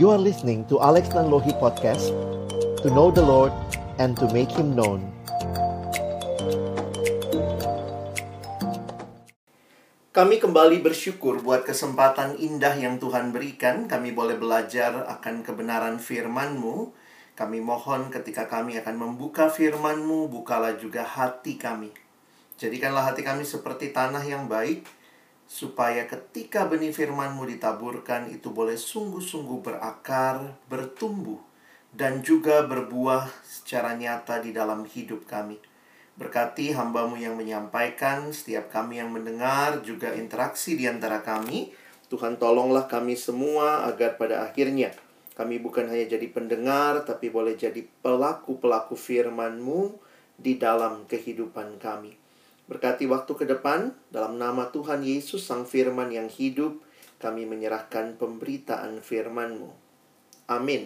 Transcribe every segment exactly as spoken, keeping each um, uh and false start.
You are listening to Alex Nanlohi Podcast, to know the Lord and to make Him known. Kami kembali bersyukur buat kesempatan indah yang Tuhan berikan. Kami boleh belajar akan kebenaran firman-Mu. Kami mohon ketika kami akan membuka firman-Mu, bukalah juga hati kami. Jadikanlah hati kami seperti tanah yang baik, supaya ketika benih firman-Mu ditaburkan, itu boleh sungguh-sungguh berakar, bertumbuh, dan juga berbuah secara nyata di dalam hidup kami. Berkati hamba-Mu yang menyampaikan, setiap kami yang mendengar, juga interaksi di antara kami. Tuhan, tolonglah kami semua agar pada akhirnya kami bukan hanya jadi pendengar, tapi boleh jadi pelaku-pelaku firman-Mu di dalam kehidupan kami. Berkati waktu ke depan, dalam nama Tuhan Yesus Sang Firman yang hidup, kami menyerahkan pemberitaan firman-Mu. Amin.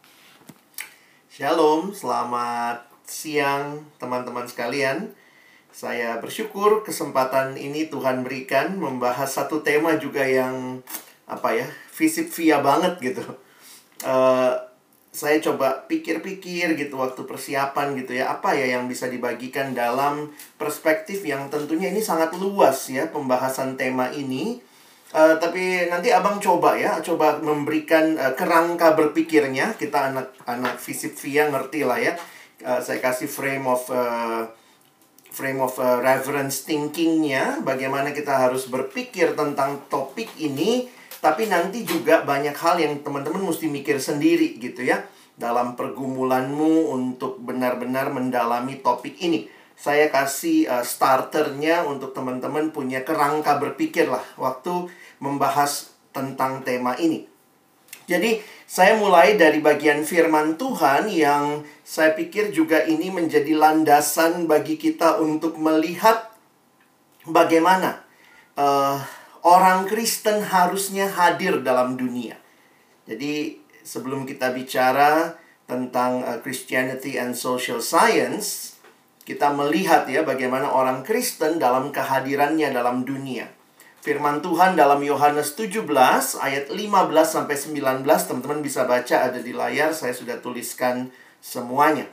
Shalom, selamat siang teman-teman sekalian. Saya bersyukur kesempatan ini Tuhan berikan membahas satu tema juga yang apa ya, visip via banget gitu. Uh, saya coba pikir-pikir gitu waktu persiapan gitu ya, apa ya yang bisa dibagikan dalam perspektif yang tentunya ini sangat luas ya pembahasan tema ini. Uh, tapi nanti abang coba ya, coba memberikan uh, kerangka berpikirnya. Kita anak-anak visip via ngerti lah ya. Uh, saya kasih frame of uh, frame of uh, reference thinking-nya, bagaimana kita harus berpikir tentang topik ini. Tapi nanti juga banyak hal yang teman-teman mesti mikir sendiri gitu ya, dalam pergumulanmu untuk benar-benar mendalami topik ini. Saya kasih uh, starternya untuk teman-teman punya kerangka berpikir lah waktu membahas tentang tema ini. Jadi saya mulai dari bagian firman Tuhan yang saya pikir juga ini menjadi landasan bagi kita untuk melihat bagaimana uh, orang Kristen harusnya hadir dalam dunia. Jadi sebelum kita bicara tentang uh, Christianity and Social Science, kita melihat ya bagaimana orang Kristen dalam kehadirannya dalam dunia. Firman Tuhan dalam Yohanes tujuh belas ayat lima belas sampai sembilan belas, teman-teman bisa baca, ada di layar, saya sudah tuliskan semuanya.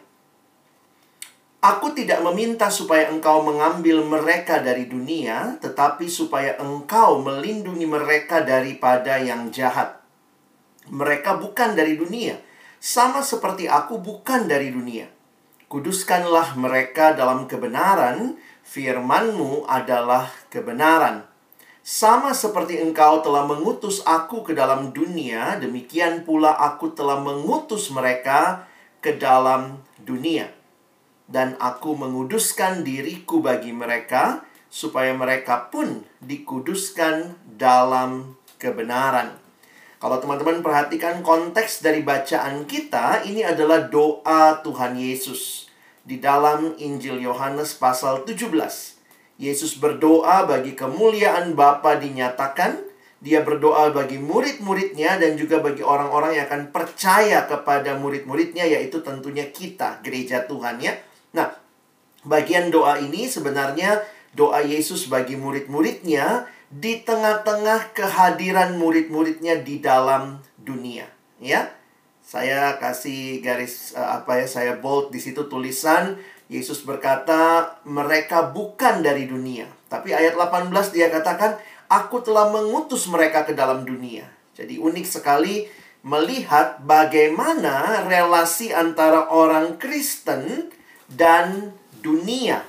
Aku tidak meminta supaya engkau mengambil mereka dari dunia, tetapi supaya engkau melindungi mereka daripada yang jahat. Mereka bukan dari dunia, sama seperti aku bukan dari dunia. Kuduskanlah mereka dalam kebenaran, firman-Mu adalah kebenaran. Sama seperti engkau telah mengutus aku ke dalam dunia, demikian pula aku telah mengutus mereka ke dalam dunia. Dan aku menguduskan diriku bagi mereka, supaya mereka pun dikuduskan dalam kebenaran. Kalau teman-teman perhatikan konteks dari bacaan kita, ini adalah doa Tuhan Yesus. Di dalam Injil Yohanes pasal tujuh belas. Yesus berdoa bagi kemuliaan Bapa dinyatakan. Dia berdoa bagi murid-muridnya dan juga bagi orang-orang yang akan percaya kepada murid-muridnya, yaitu tentunya kita, gereja Tuhan ya. Nah, bagian doa ini sebenarnya doa Yesus bagi murid-muridnya di tengah-tengah kehadiran murid-muridnya di dalam dunia, ya. Saya kasih garis uh, apa ya, saya bold di situ tulisan Yesus berkata mereka bukan dari dunia. Tapi ayat delapan belas dia katakan, aku telah mengutus mereka ke dalam dunia. Jadi unik sekali melihat bagaimana relasi antara orang Kristen dan dunia.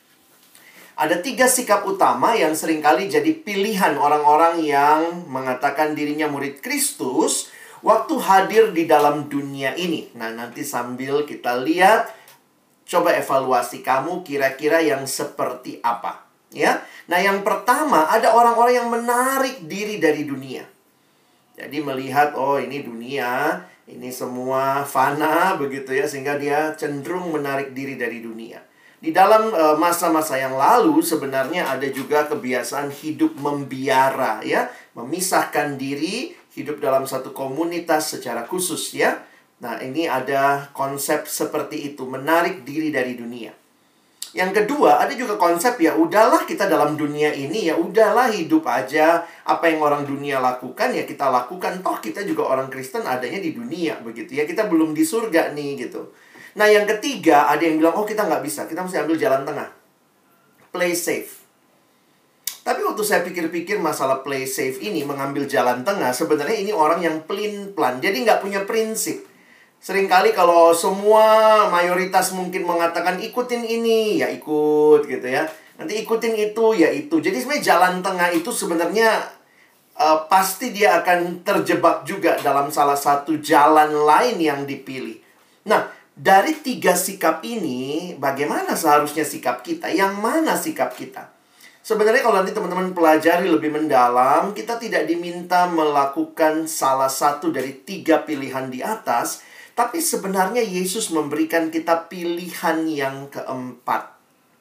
Ada tiga sikap utama yang seringkali jadi pilihan orang-orang yang mengatakan dirinya murid Kristus waktu hadir di dalam dunia ini. Nah, nanti sambil kita lihat, coba evaluasi kamu kira-kira yang seperti apa, ya. Nah, yang pertama ada orang-orang yang menarik diri dari dunia. Jadi melihat, oh ini dunia, ini semua fana begitu ya, sehingga dia cenderung menarik diri dari dunia. Di dalam uh, masa-masa yang lalu sebenarnya ada juga kebiasaan hidup membiara ya, memisahkan diri, hidup dalam satu komunitas secara khusus ya. Nah, ini ada konsep seperti itu, menarik diri dari dunia. Yang kedua, ada juga konsep ya udahlah kita dalam dunia ini, ya udahlah hidup aja. Apa yang orang dunia lakukan ya kita lakukan. Toh kita juga orang Kristen adanya di dunia begitu ya. Kita belum di surga nih gitu. Nah yang ketiga, ada yang bilang oh kita nggak bisa, kita mesti ambil jalan tengah. Play safe. Tapi waktu saya pikir-pikir masalah play safe ini, mengambil jalan tengah, sebenarnya ini orang yang pelin-pelan. Jadi nggak punya prinsip. Seringkali kalau semua mayoritas mungkin mengatakan ikutin ini, ya ikut gitu ya. Nanti ikutin itu, ya itu. Jadi sebenarnya jalan tengah itu sebenarnya uh, pasti dia akan terjebak juga dalam salah satu jalan lain yang dipilih. Nah, dari tiga sikap ini, bagaimana seharusnya sikap kita? Yang mana sikap kita? Sebenarnya kalau nanti teman-teman pelajari lebih mendalam, kita tidak diminta melakukan salah satu dari tiga pilihan di atas. Tapi sebenarnya Yesus memberikan kita pilihan yang keempat.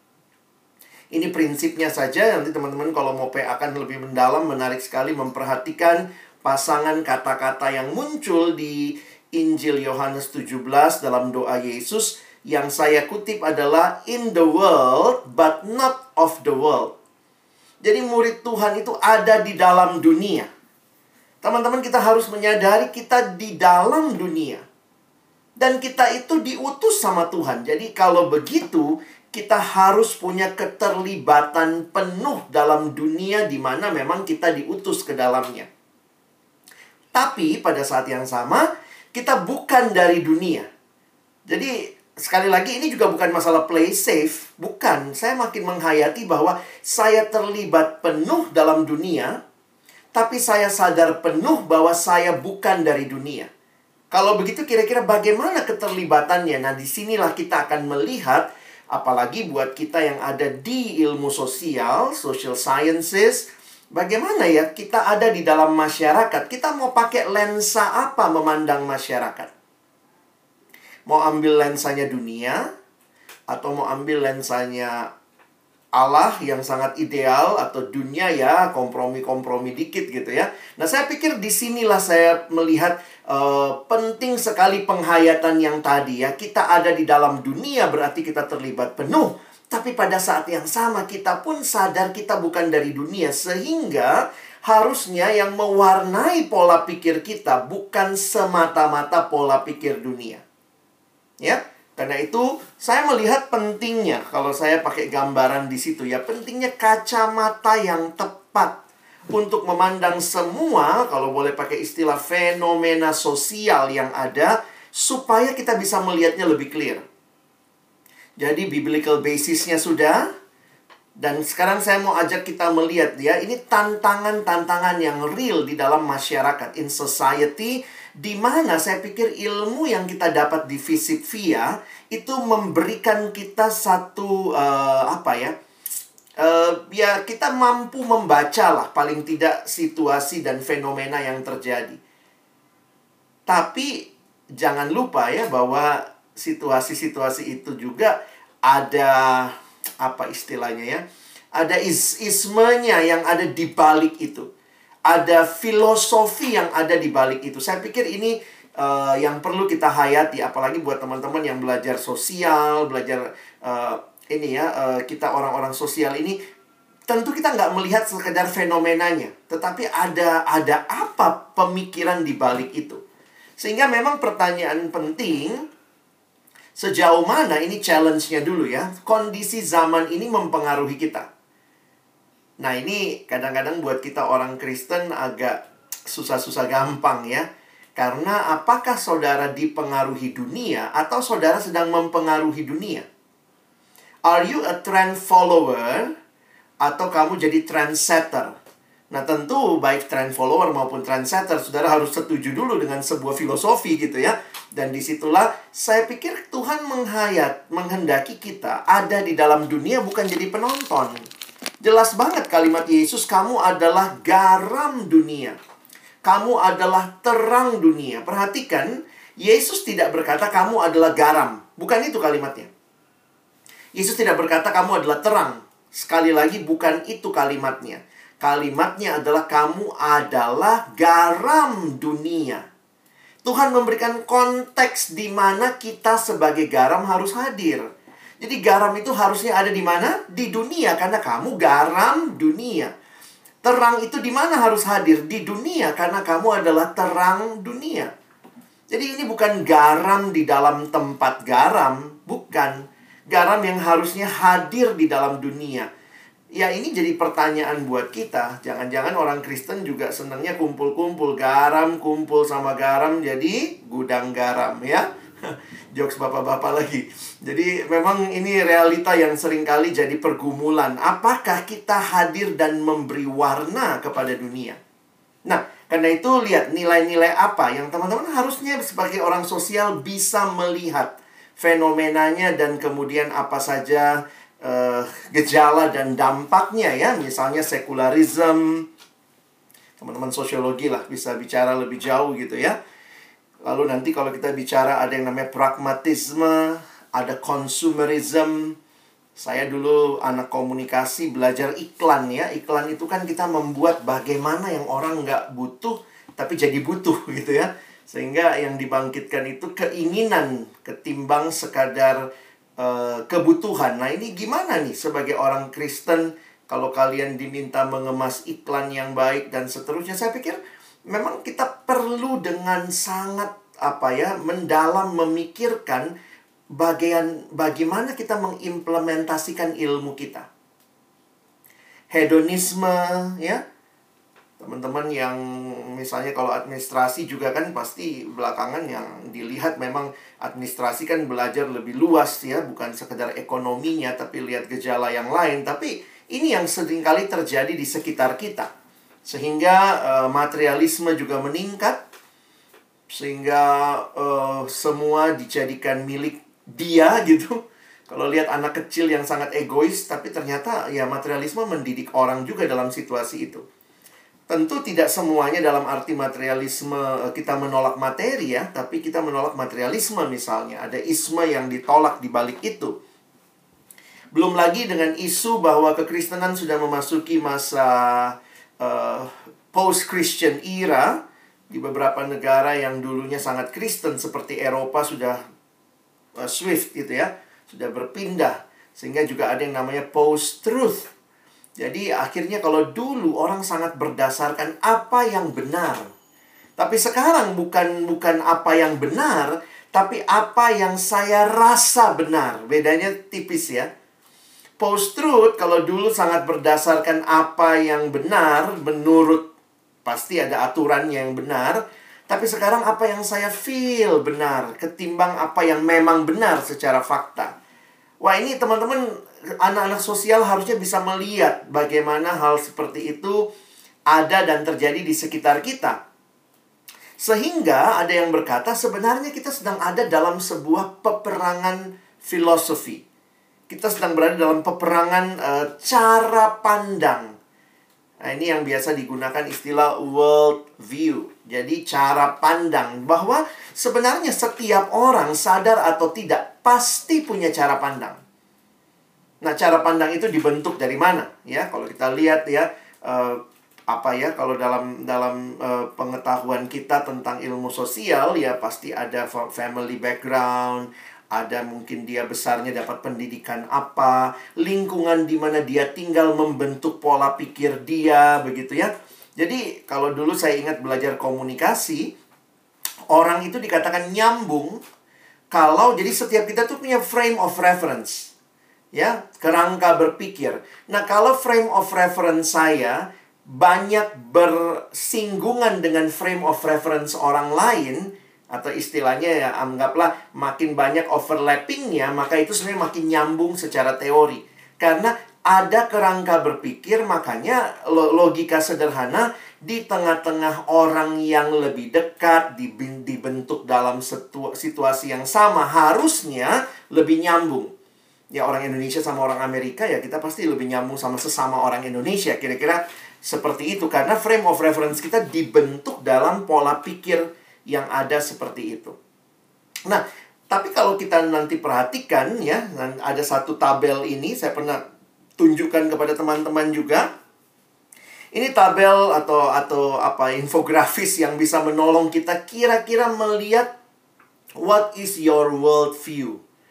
Ini prinsipnya saja. Nanti teman-teman kalau mau P A kan lebih mendalam, menarik sekali memperhatikan pasangan kata-kata yang muncul di Injil Yohanes tujuh belas dalam doa Yesus. Yang saya kutip adalah in the world but not of the world. Jadi murid Tuhan itu ada di dalam dunia. Teman-teman kita harus menyadari kita di dalam dunia. Dan kita itu diutus sama Tuhan. Jadi kalau begitu, kita harus punya keterlibatan penuh dalam dunia di mana memang kita diutus ke dalamnya. Tapi pada saat yang sama, kita bukan dari dunia. Jadi sekali lagi ini juga bukan masalah play safe. Bukan, saya makin menghayati bahwa saya terlibat penuh dalam dunia. Tapi saya sadar penuh bahwa saya bukan dari dunia. Kalau begitu kira-kira bagaimana keterlibatannya? Nah, disinilah kita akan melihat, apalagi buat kita yang ada di ilmu sosial, social sciences, bagaimana ya kita ada di dalam masyarakat. Kita mau pakai lensa apa memandang masyarakat? Mau ambil lensanya dunia? Atau mau ambil lensanya Allah yang sangat ideal, atau dunia ya kompromi-kompromi dikit gitu ya. Nah saya pikir disinilah saya melihat uh, penting sekali penghayatan yang tadi ya. Kita ada di dalam dunia berarti kita terlibat penuh. Tapi pada saat yang sama kita pun sadar kita bukan dari dunia. Sehingga harusnya yang mewarnai pola pikir kita bukan semata-mata pola pikir dunia. Ya. Karena itu, saya melihat pentingnya, kalau saya pakai gambaran di situ ya, pentingnya kacamata yang tepat untuk memandang semua, kalau boleh pakai istilah fenomena sosial yang ada, supaya kita bisa melihatnya lebih clear. Jadi, biblical basisnya sudah, dan sekarang saya mau ajak kita melihat ya, ini tantangan-tantangan yang real di dalam masyarakat, in society, di mana saya pikir ilmu yang kita dapat di Visip Via itu memberikan kita satu uh, apa ya uh, ya kita mampu membaca lah paling tidak situasi dan fenomena yang terjadi. Tapi jangan lupa ya bahwa situasi-situasi itu juga ada apa istilahnya ya, ada is ismenya yang ada di balik itu. Ada filosofi yang ada di balik itu. Saya pikir ini uh, yang perlu kita hayati. Apalagi buat teman-teman yang belajar sosial, belajar uh, ini ya, uh, kita orang-orang sosial ini. Tentu kita nggak melihat sekedar fenomenanya. Tetapi ada, ada apa pemikiran di balik itu. Sehingga memang pertanyaan penting, sejauh mana ini challenge-nya dulu ya. Kondisi zaman ini mempengaruhi kita. Nah ini kadang-kadang buat kita orang Kristen agak susah-susah gampang ya. Karena apakah saudara dipengaruhi dunia atau saudara sedang mempengaruhi dunia? Are you a trend follower atau kamu jadi trendsetter? Nah tentu baik trend follower maupun trendsetter, saudara harus setuju dulu dengan sebuah filosofi gitu ya. Dan disitulah saya pikir Tuhan menghayat, menghendaki kita ada di dalam dunia bukan jadi penonton. Jelas banget kalimat Yesus, kamu adalah garam dunia. Kamu adalah terang dunia. Perhatikan, Yesus tidak berkata kamu adalah garam. Bukan itu kalimatnya. Yesus tidak berkata kamu adalah terang. Sekali lagi, bukan itu kalimatnya. Kalimatnya adalah kamu adalah garam dunia. Tuhan memberikan konteks di mana kita sebagai garam harus hadir. Jadi garam itu harusnya ada di mana? Di dunia, karena kamu garam dunia. Terang itu di mana harus hadir? Di dunia, karena kamu adalah terang dunia. Jadi ini bukan garam di dalam tempat garam, bukan. Garam yang harusnya hadir di dalam dunia. Ya, ini jadi pertanyaan buat kita. Jangan-jangan orang Kristen juga senangnya kumpul-kumpul. Garam kumpul sama garam jadi gudang garam, ya. Jokes bapak-bapak lagi. Jadi memang ini realita yang seringkali jadi pergumulan. Apakah kita hadir dan memberi warna kepada dunia? Nah, karena itu lihat nilai-nilai apa yang teman-teman harusnya sebagai orang sosial bisa melihat fenomenanya dan kemudian apa saja uh, gejala dan dampaknya, ya. Misalnya sekularisme. Teman-teman sosiologi lah bisa bicara lebih jauh gitu, ya. Lalu nanti kalau kita bicara ada yang namanya pragmatisme, ada consumerism. Saya dulu anak komunikasi belajar iklan, ya. Iklan itu kan kita membuat bagaimana yang orang nggak butuh tapi jadi butuh gitu, ya. Sehingga yang dibangkitkan itu keinginan ketimbang sekadar uh, kebutuhan. Nah, ini gimana nih sebagai orang Kristen kalau kalian diminta mengemas iklan yang baik dan seterusnya? Saya pikir memang kita perlu dengan sangat apa ya mendalam memikirkan bagian bagaimana kita mengimplementasikan ilmu kita. Hedonisme, ya. Teman-teman yang misalnya kalau administrasi juga kan pasti belakangan yang dilihat memang administrasi kan belajar lebih luas, ya, bukan sekedar ekonominya tapi lihat gejala yang lain. Tapi ini yang seringkali terjadi di sekitar kita. Sehingga uh, materialisme juga meningkat. Sehingga uh, semua dijadikan milik dia gitu. Kalau lihat anak kecil yang sangat egois, tapi ternyata ya materialisme mendidik orang juga dalam situasi itu. Tentu tidak semuanya dalam arti materialisme kita menolak materi, ya. Tapi kita menolak materialisme misalnya. Ada isme yang ditolak di balik itu. Belum lagi dengan isu bahwa kekristenan sudah memasuki masa Uh, post-Christian era. Di beberapa negara yang dulunya sangat Kristen seperti Eropa sudah uh, swift gitu, ya, sudah berpindah. Sehingga juga ada yang namanya post-truth. Jadi akhirnya kalau dulu orang sangat berdasarkan apa yang benar, tapi sekarang bukan bukan apa yang benar, tapi apa yang saya rasa benar. Bedanya tipis, ya. Post-truth kalau dulu sangat berdasarkan apa yang benar, menurut pasti ada aturannya yang benar. Tapi sekarang apa yang saya feel benar, ketimbang apa yang memang benar secara fakta. Wah, ini teman-teman, anak-anak sosial harusnya bisa melihat bagaimana hal seperti itu ada dan terjadi di sekitar kita. Sehingga ada yang berkata sebenarnya kita sedang ada dalam sebuah peperangan filosofi. Kita sedang berada dalam peperangan uh, cara pandang. Nah, ini yang biasa digunakan istilah world view. Jadi cara pandang. Bahwa sebenarnya setiap orang sadar atau tidak pasti punya cara pandang. Nah, cara pandang itu dibentuk dari mana? Ya, kalau kita lihat, ya, uh, apa ya, kalau dalam dalam uh, pengetahuan kita tentang ilmu sosial, ya pasti ada family background. Ada mungkin dia besarnya dapat pendidikan apa, lingkungan di mana dia tinggal membentuk pola pikir dia, begitu, ya. Jadi kalau dulu saya ingat belajar komunikasi, orang itu dikatakan nyambung kalau jadi setiap kita tuh punya frame of reference, ya, kerangka berpikir. Nah, kalau frame of reference saya banyak bersinggungan dengan frame of reference orang lain, atau istilahnya ya anggaplah makin banyak overlappingnya, maka itu sebenarnya makin nyambung secara teori. Karena ada kerangka berpikir, makanya logika sederhana di tengah-tengah orang yang lebih dekat, dibentuk dalam situasi yang sama, harusnya lebih nyambung. Ya, orang Indonesia sama orang Amerika, ya kita pasti lebih nyambung sama sesama orang Indonesia. Kira-kira seperti itu, karena frame of reference kita dibentuk dalam pola pikir yang ada seperti itu. Nah, tapi kalau kita nanti perhatikan, ya, ada satu tabel ini, saya pernah tunjukkan kepada teman-teman juga. Ini tabel atau atau apa infografis yang bisa menolong kita kira-kira melihat what is your world view.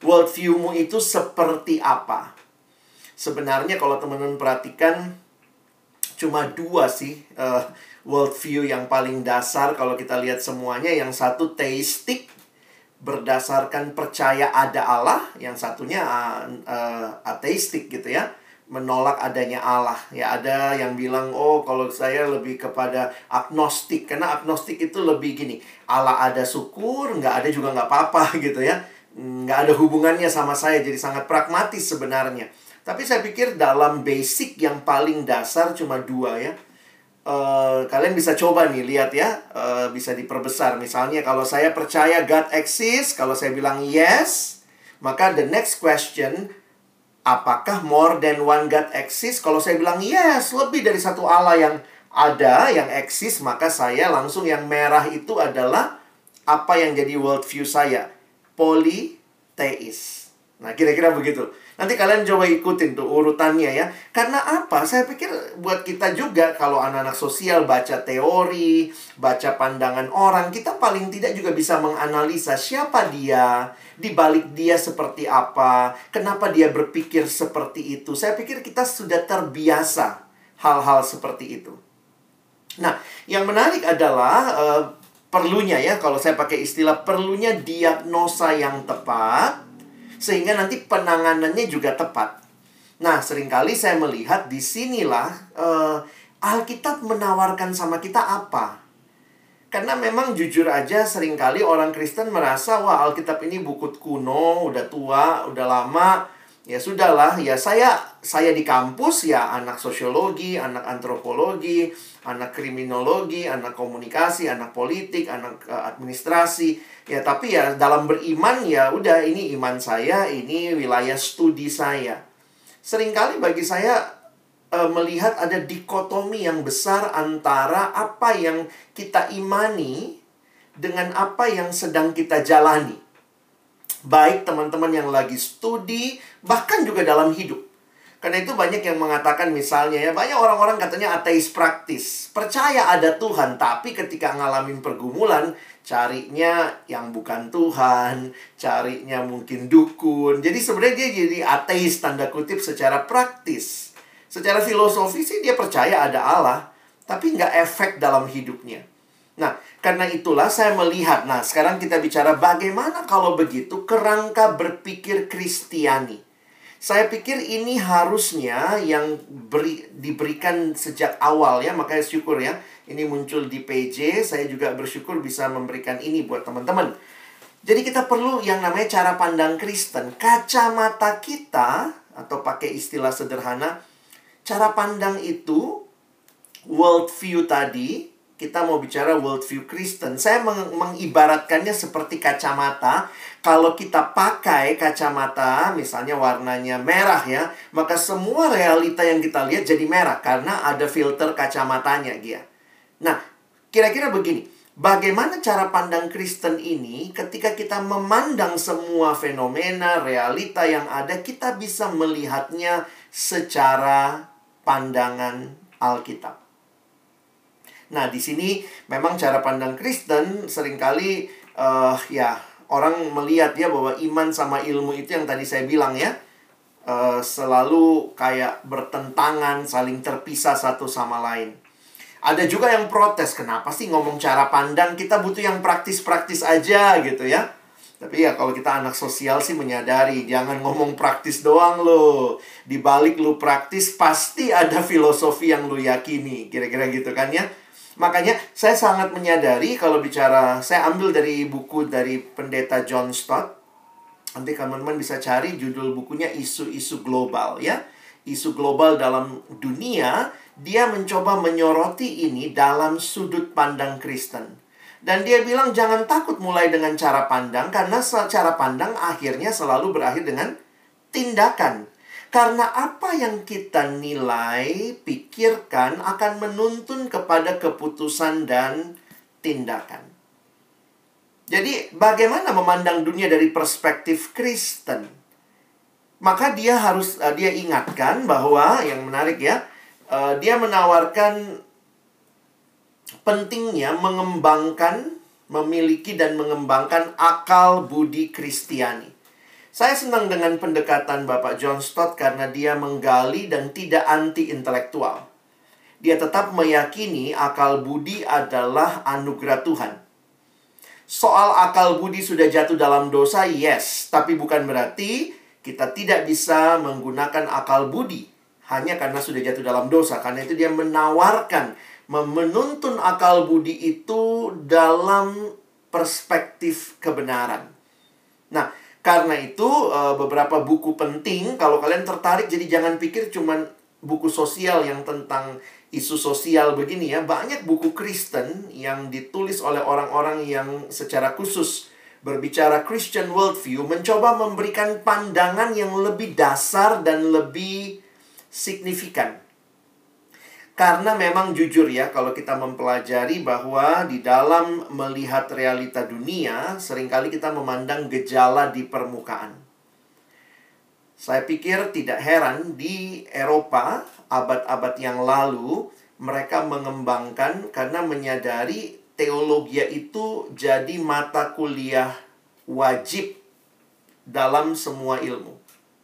Worldview-mu itu seperti apa? Sebenarnya kalau teman-teman perhatikan, cuma dua sih uh, worldview yang paling dasar kalau kita lihat semuanya. Yang satu teistik, berdasarkan percaya ada Allah. Yang satunya uh, uh, ateistik gitu ya, menolak adanya Allah. Ya, ada yang bilang, oh kalau saya lebih kepada agnostik. Karena agnostik itu lebih gini, Allah ada syukur, nggak ada juga nggak apa-apa gitu ya. Nggak ada hubungannya sama saya, jadi sangat pragmatis sebenarnya. Tapi saya pikir dalam basic yang paling dasar cuma dua ya. Uh, kalian bisa coba nih, lihat ya, uh, bisa diperbesar. Misalnya kalau saya percaya God exists, kalau saya bilang yes, maka the next question, apakah more than one God exists? Kalau saya bilang yes, lebih dari satu Allah yang ada, yang eksis, maka saya langsung yang merah itu adalah apa yang jadi worldview saya, politeis. Nah, kira-kira begitu. Nanti kalian coba ikutin tuh urutannya ya. Karena apa? Saya pikir buat kita juga, kalau anak-anak sosial baca teori, baca pandangan orang, kita paling tidak juga bisa menganalisa siapa dia, di balik dia seperti apa, kenapa dia berpikir seperti itu. Saya pikir kita sudah terbiasa hal-hal seperti itu. Nah, yang menarik adalah uh, perlunya ya, kalau saya pakai istilah, perlunya diagnosa yang tepat, sehingga nanti penanganannya juga tepat. Nah, seringkali saya melihat disinilah uh, Alkitab menawarkan sama kita apa. Karena memang jujur aja seringkali orang Kristen merasa, wah Alkitab ini buku kuno, udah tua, udah lama. Ya sudahlah, ya saya saya di kampus ya anak sosiologi, anak antropologi, anak kriminologi, anak komunikasi, anak politik, anak uh, administrasi. Ya tapi ya dalam beriman ya udah, ini iman saya, ini wilayah studi saya. Seringkali bagi saya uh, melihat ada dikotomi yang besar antara apa yang kita imani dengan apa yang sedang kita jalani. Baik teman-teman yang lagi studi, bahkan juga dalam hidup. Karena itu banyak yang mengatakan misalnya ya, banyak orang-orang katanya ateis praktis. Percaya ada Tuhan, tapi ketika ngalamin pergumulan, carinya yang bukan Tuhan, carinya mungkin dukun. Jadi sebenarnya dia jadi ateis tanda kutip secara praktis. Secara filosofi sih dia percaya ada Allah, tapi nggak efek dalam hidupnya. Nah, karena itulah saya melihat, nah sekarang kita bicara bagaimana kalau begitu kerangka berpikir Kristiani. Saya pikir ini harusnya yang beri, diberikan sejak awal ya, makanya syukur ya. Ini muncul di P J, saya juga bersyukur bisa memberikan ini buat teman-teman. Jadi kita perlu yang namanya cara pandang Kristen. Kacamata kita, atau pakai istilah sederhana, cara pandang itu, worldview tadi, kita mau bicara worldview Kristen. Saya meng mengibaratkannya seperti kacamata. Kalau kita pakai kacamata, misalnya warnanya merah ya, maka semua realita yang kita lihat jadi merah karena ada filter kacamatanya dia. Nah, kira-kira begini. Bagaimana cara pandang Kristen ini ketika kita memandang semua fenomena, realita yang ada, kita bisa melihatnya secara pandangan Alkitab. Nah, di sini memang cara pandang Kristen seringkali uh, ya orang melihat ya bahwa iman sama ilmu itu yang tadi saya bilang ya, uh, selalu kayak bertentangan, saling terpisah satu sama lain. Ada juga yang protes, kenapa sih ngomong cara pandang, kita butuh yang praktis-praktis aja gitu ya. Tapi ya kalau kita anak sosial sih menyadari, jangan ngomong praktis doang loh. Di balik lu praktis pasti ada filosofi yang lu yakini, kira-kira gitu kan ya. Makanya saya sangat menyadari kalau bicara, saya ambil dari buku dari pendeta John Stott. Nanti teman-teman bisa cari judul bukunya Isu-isu Global ya. Isu global dalam dunia, dia mencoba menyoroti ini dalam sudut pandang Kristen. Dan dia bilang jangan takut mulai dengan cara pandang, karena cara pandang akhirnya selalu berakhir dengan tindakan. Karena apa yang kita nilai, pikirkan akan menuntun kepada keputusan dan tindakan. Jadi bagaimana memandang dunia dari perspektif Kristen? Maka dia harus uh, dia ingatkan bahwa yang menarik ya, uh, dia menawarkan pentingnya mengembangkan, memiliki dan mengembangkan akal budi Kristiani. Saya senang dengan pendekatan Bapak John Stott karena dia menggali dan tidak anti-intelektual. Dia tetap meyakini akal budi adalah anugerah Tuhan. Soal akal budi sudah jatuh dalam dosa, yes. Tapi bukan berarti kita tidak bisa menggunakan akal budi hanya karena sudah jatuh dalam dosa. Karena itu dia menawarkan, menuntun akal budi itu dalam perspektif kebenaran. Nah, karena itu beberapa buku penting, kalau kalian tertarik, jadi jangan pikir cuman buku sosial yang tentang isu sosial begini ya. Banyak buku Kristen yang ditulis oleh orang-orang yang secara khusus berbicara Christian worldview, mencoba memberikan pandangan yang lebih dasar dan lebih signifikan. Karena memang jujur ya, kalau kita mempelajari bahwa di dalam melihat realita dunia, seringkali kita memandang gejala di permukaan. Saya pikir tidak heran di Eropa, abad-abad yang lalu, mereka mengembangkan karena menyadari teologi itu jadi mata kuliah wajib dalam semua ilmu.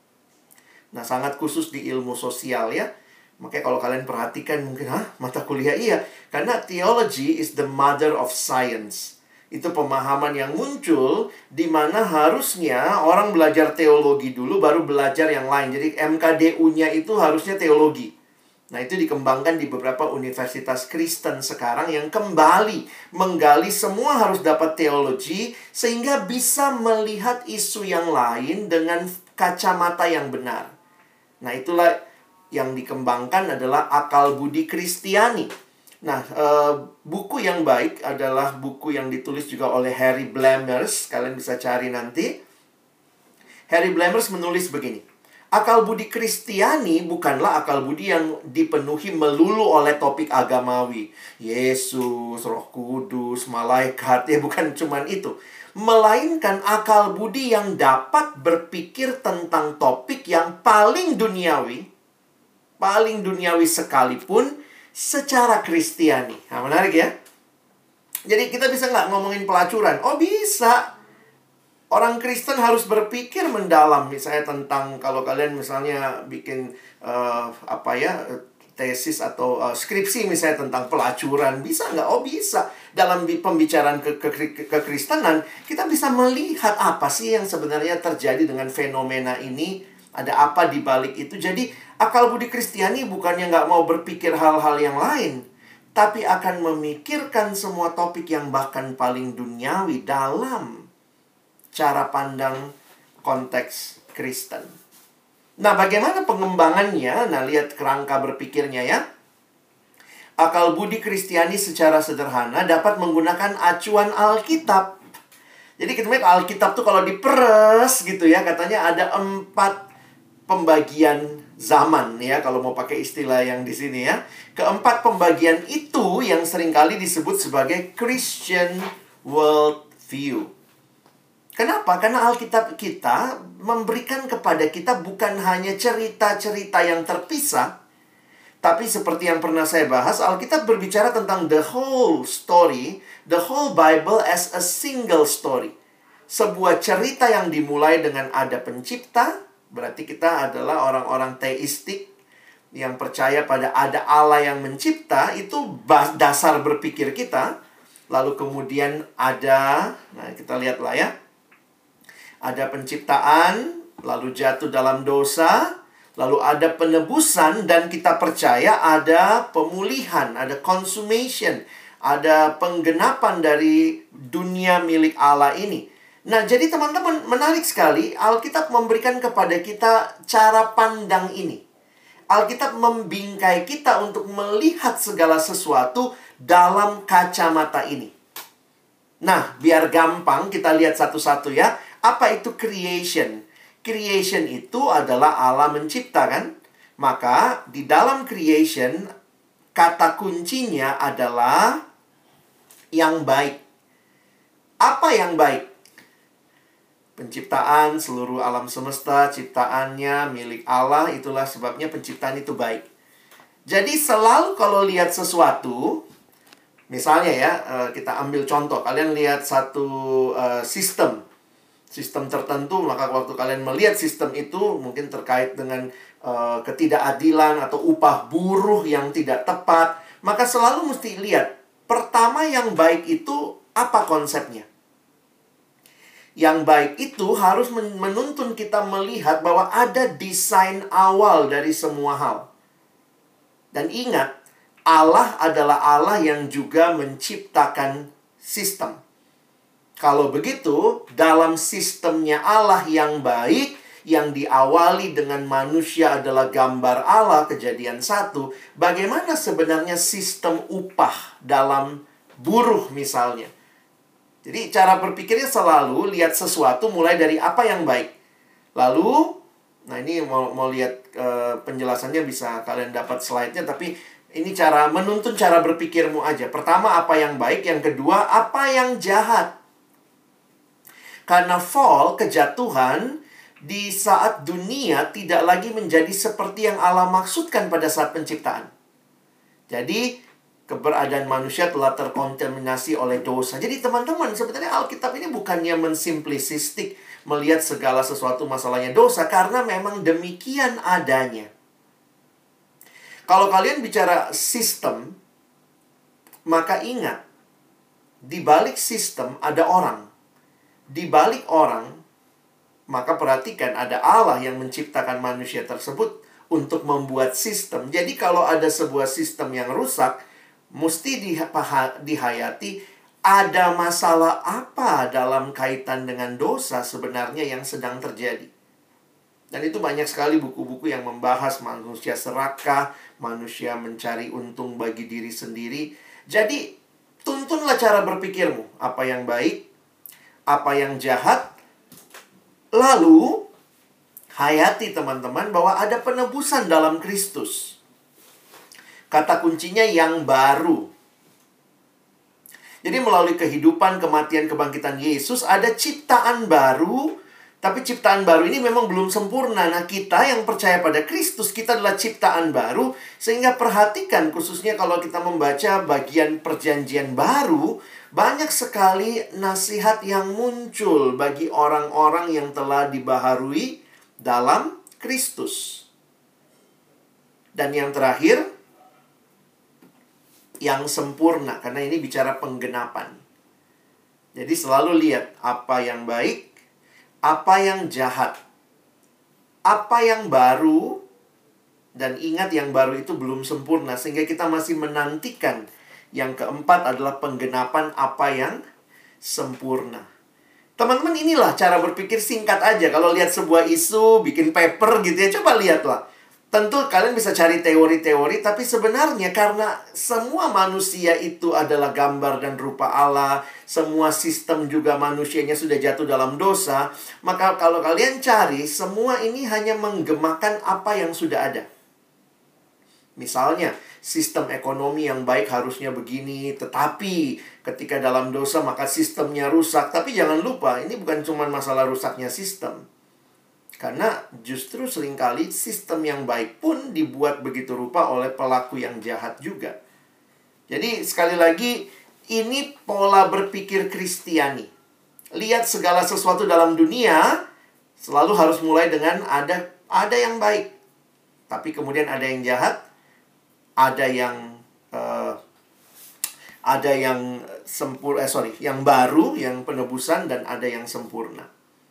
Nah, sangat khusus di ilmu sosial ya. Makanya kalau kalian perhatikan mungkin, hah, mata kuliah iya. Karena theology is the mother of science. Itu pemahaman yang muncul di mana harusnya orang belajar teologi dulu baru belajar yang lain. Jadi M K D U-nya itu harusnya teologi. Nah, itu dikembangkan di beberapa universitas Kristen sekarang yang kembali menggali semua harus dapat teologi sehingga bisa melihat isu yang lain dengan kacamata yang benar. Nah, itulah yang dikembangkan adalah akal budi Kristiani. Nah, e, buku yang baik adalah buku yang ditulis juga oleh Harry Blamers. Kalian bisa cari nanti. Harry Blamers menulis begini. Akal budi Kristiani bukanlah akal budi yang dipenuhi melulu oleh topik agamawi. Yesus, Roh Kudus, malaikat, ya bukan cuman itu. Melainkan akal budi yang dapat berpikir tentang topik yang paling duniawi, paling duniawi sekalipun secara Kristiani. Nah, menarik ya. Jadi kita bisa nggak ngomongin pelacuran? Oh, bisa. Orang Kristen harus berpikir mendalam. Misalnya tentang, kalau kalian misalnya bikin uh, apa ya, tesis atau uh, skripsi misalnya tentang pelacuran. Bisa nggak? Oh, bisa. Dalam pembicaraan ke ke kekristenan, kita bisa melihat apa sih yang sebenarnya terjadi dengan fenomena ini. Ada apa di balik itu. Jadi akal budi Kristiani bukannya nggak mau berpikir hal-hal yang lain, tapi akan memikirkan semua topik yang bahkan paling duniawi dalam cara pandang konteks Kristen. Nah, bagaimana pengembangannya? Nah, lihat kerangka berpikirnya ya. Akal budi Kristiani secara sederhana dapat menggunakan acuan Alkitab. Jadi kita lihat Alkitab tuh kalau diperes gitu ya, katanya ada empat pembagian zaman ya, kalau mau pakai istilah yang di sini ya. Keempat pembagian itu yang seringkali disebut sebagai Christian worldview. Kenapa? Karena Alkitab kita memberikan kepada kita bukan hanya cerita-cerita yang terpisah, tapi seperti yang pernah saya bahas, Alkitab berbicara tentang the whole story, the whole Bible as a single story. Sebuah cerita yang dimulai dengan ada pencipta. Berarti kita adalah orang-orang teistik yang percaya pada ada Allah yang mencipta. Itu dasar berpikir kita. Lalu kemudian ada, nah kita lihatlah ya, ada penciptaan, lalu jatuh dalam dosa, lalu ada penebusan, dan kita percaya ada pemulihan, ada consummation, ada penggenapan dari dunia milik Allah ini. Nah, jadi teman-teman, menarik sekali, Alkitab memberikan kepada kita cara pandang ini. Alkitab membingkai kita untuk melihat segala sesuatu dalam kacamata ini. Nah, biar gampang kita lihat satu-satu ya. Apa itu creation? Creation itu adalah Allah mencipta kan? Maka di dalam creation, kata kuncinya adalah yang baik. Apa yang baik? Penciptaan, seluruh alam semesta, ciptaannya milik Allah. Itulah sebabnya penciptaan itu baik. Jadi selalu kalau lihat sesuatu, misalnya ya, kita ambil contoh. Kalian lihat satu uh, sistem. sistem tertentu, maka waktu kalian melihat sistem itu mungkin terkait dengan uh, ketidakadilan atau upah buruh yang tidak tepat, maka selalu mesti lihat, pertama yang baik itu apa konsepnya? Yang baik itu harus menuntun kita melihat bahwa ada desain awal dari semua hal. Dan ingat, Allah adalah Allah yang juga menciptakan sistem. Kalau begitu, dalam sistemnya Allah yang baik, yang diawali dengan manusia adalah gambar Allah, Kejadian satu, bagaimana sebenarnya sistem upah dalam buruh misalnya? Jadi cara berpikirnya selalu lihat sesuatu mulai dari apa yang baik. Lalu, nah ini mau, mau lihat uh, penjelasannya bisa kalian dapat slide-nya, tapi ini cara menuntun cara berpikirmu aja. Pertama, apa yang baik. Yang kedua, apa yang jahat. Karena fall, kejatuhan, di saat dunia tidak lagi menjadi seperti yang Allah maksudkan pada saat penciptaan. Jadi, keberadaan manusia telah terkontaminasi oleh dosa. Jadi teman-teman, sebenarnya Alkitab ini bukannya mensimplisistik melihat segala sesuatu masalahnya dosa, karena memang demikian adanya. Kalau kalian bicara sistem, maka ingat, di balik sistem ada orang. Di balik orang, maka perhatikan ada Allah yang menciptakan manusia tersebut untuk membuat sistem. Jadi kalau ada sebuah sistem yang rusak, mesti dihayati ada masalah apa dalam kaitan dengan dosa sebenarnya yang sedang terjadi. Dan itu banyak sekali buku-buku yang membahas manusia serakah, manusia mencari untung bagi diri sendiri. Jadi, tuntunlah cara berpikirmu. Apa yang baik, apa yang jahat. Lalu, hayati teman-teman bahwa ada penebusan dalam Kristus. Kata kuncinya yang baru. Jadi melalui kehidupan, kematian, kebangkitan Yesus, ada ciptaan baru. Tapi ciptaan baru ini memang belum sempurna. Nah, kita yang percaya pada Kristus, kita adalah ciptaan baru. Sehingga perhatikan, khususnya kalau kita membaca bagian perjanjian baru, banyak sekali nasihat yang muncul bagi orang-orang yang telah dibaharui dalam Kristus. Dan yang terakhir, yang sempurna, karena ini bicara penggenapan. Jadi selalu lihat apa yang baik, apa yang jahat, apa yang baru, dan ingat yang baru itu belum sempurna, sehingga kita masih menantikan. Yang keempat adalah penggenapan apa yang sempurna. Teman-teman, inilah cara berpikir singkat aja. Kalau lihat sebuah isu, bikin paper gitu ya, coba lihatlah. Tentu kalian bisa cari teori-teori, tapi sebenarnya karena semua manusia itu adalah gambar dan rupa Allah, semua sistem juga manusianya sudah jatuh dalam dosa, maka kalau kalian cari, semua ini hanya menggemakan apa yang sudah ada. Misalnya, sistem ekonomi yang baik harusnya begini, tetapi ketika dalam dosa maka sistemnya rusak. Tapi jangan lupa, ini bukan cuma masalah rusaknya sistem. Karena justru seringkali sistem yang baik pun dibuat begitu rupa oleh pelaku yang jahat juga. Jadi sekali lagi, ini pola berpikir Kristiani. Lihat segala sesuatu dalam dunia, selalu harus mulai dengan ada ada yang baik. Tapi kemudian ada yang jahat, ada yang uh, ada yang sempurna, eh, sorry, yang baru, yang penebusan, dan ada yang sempurna.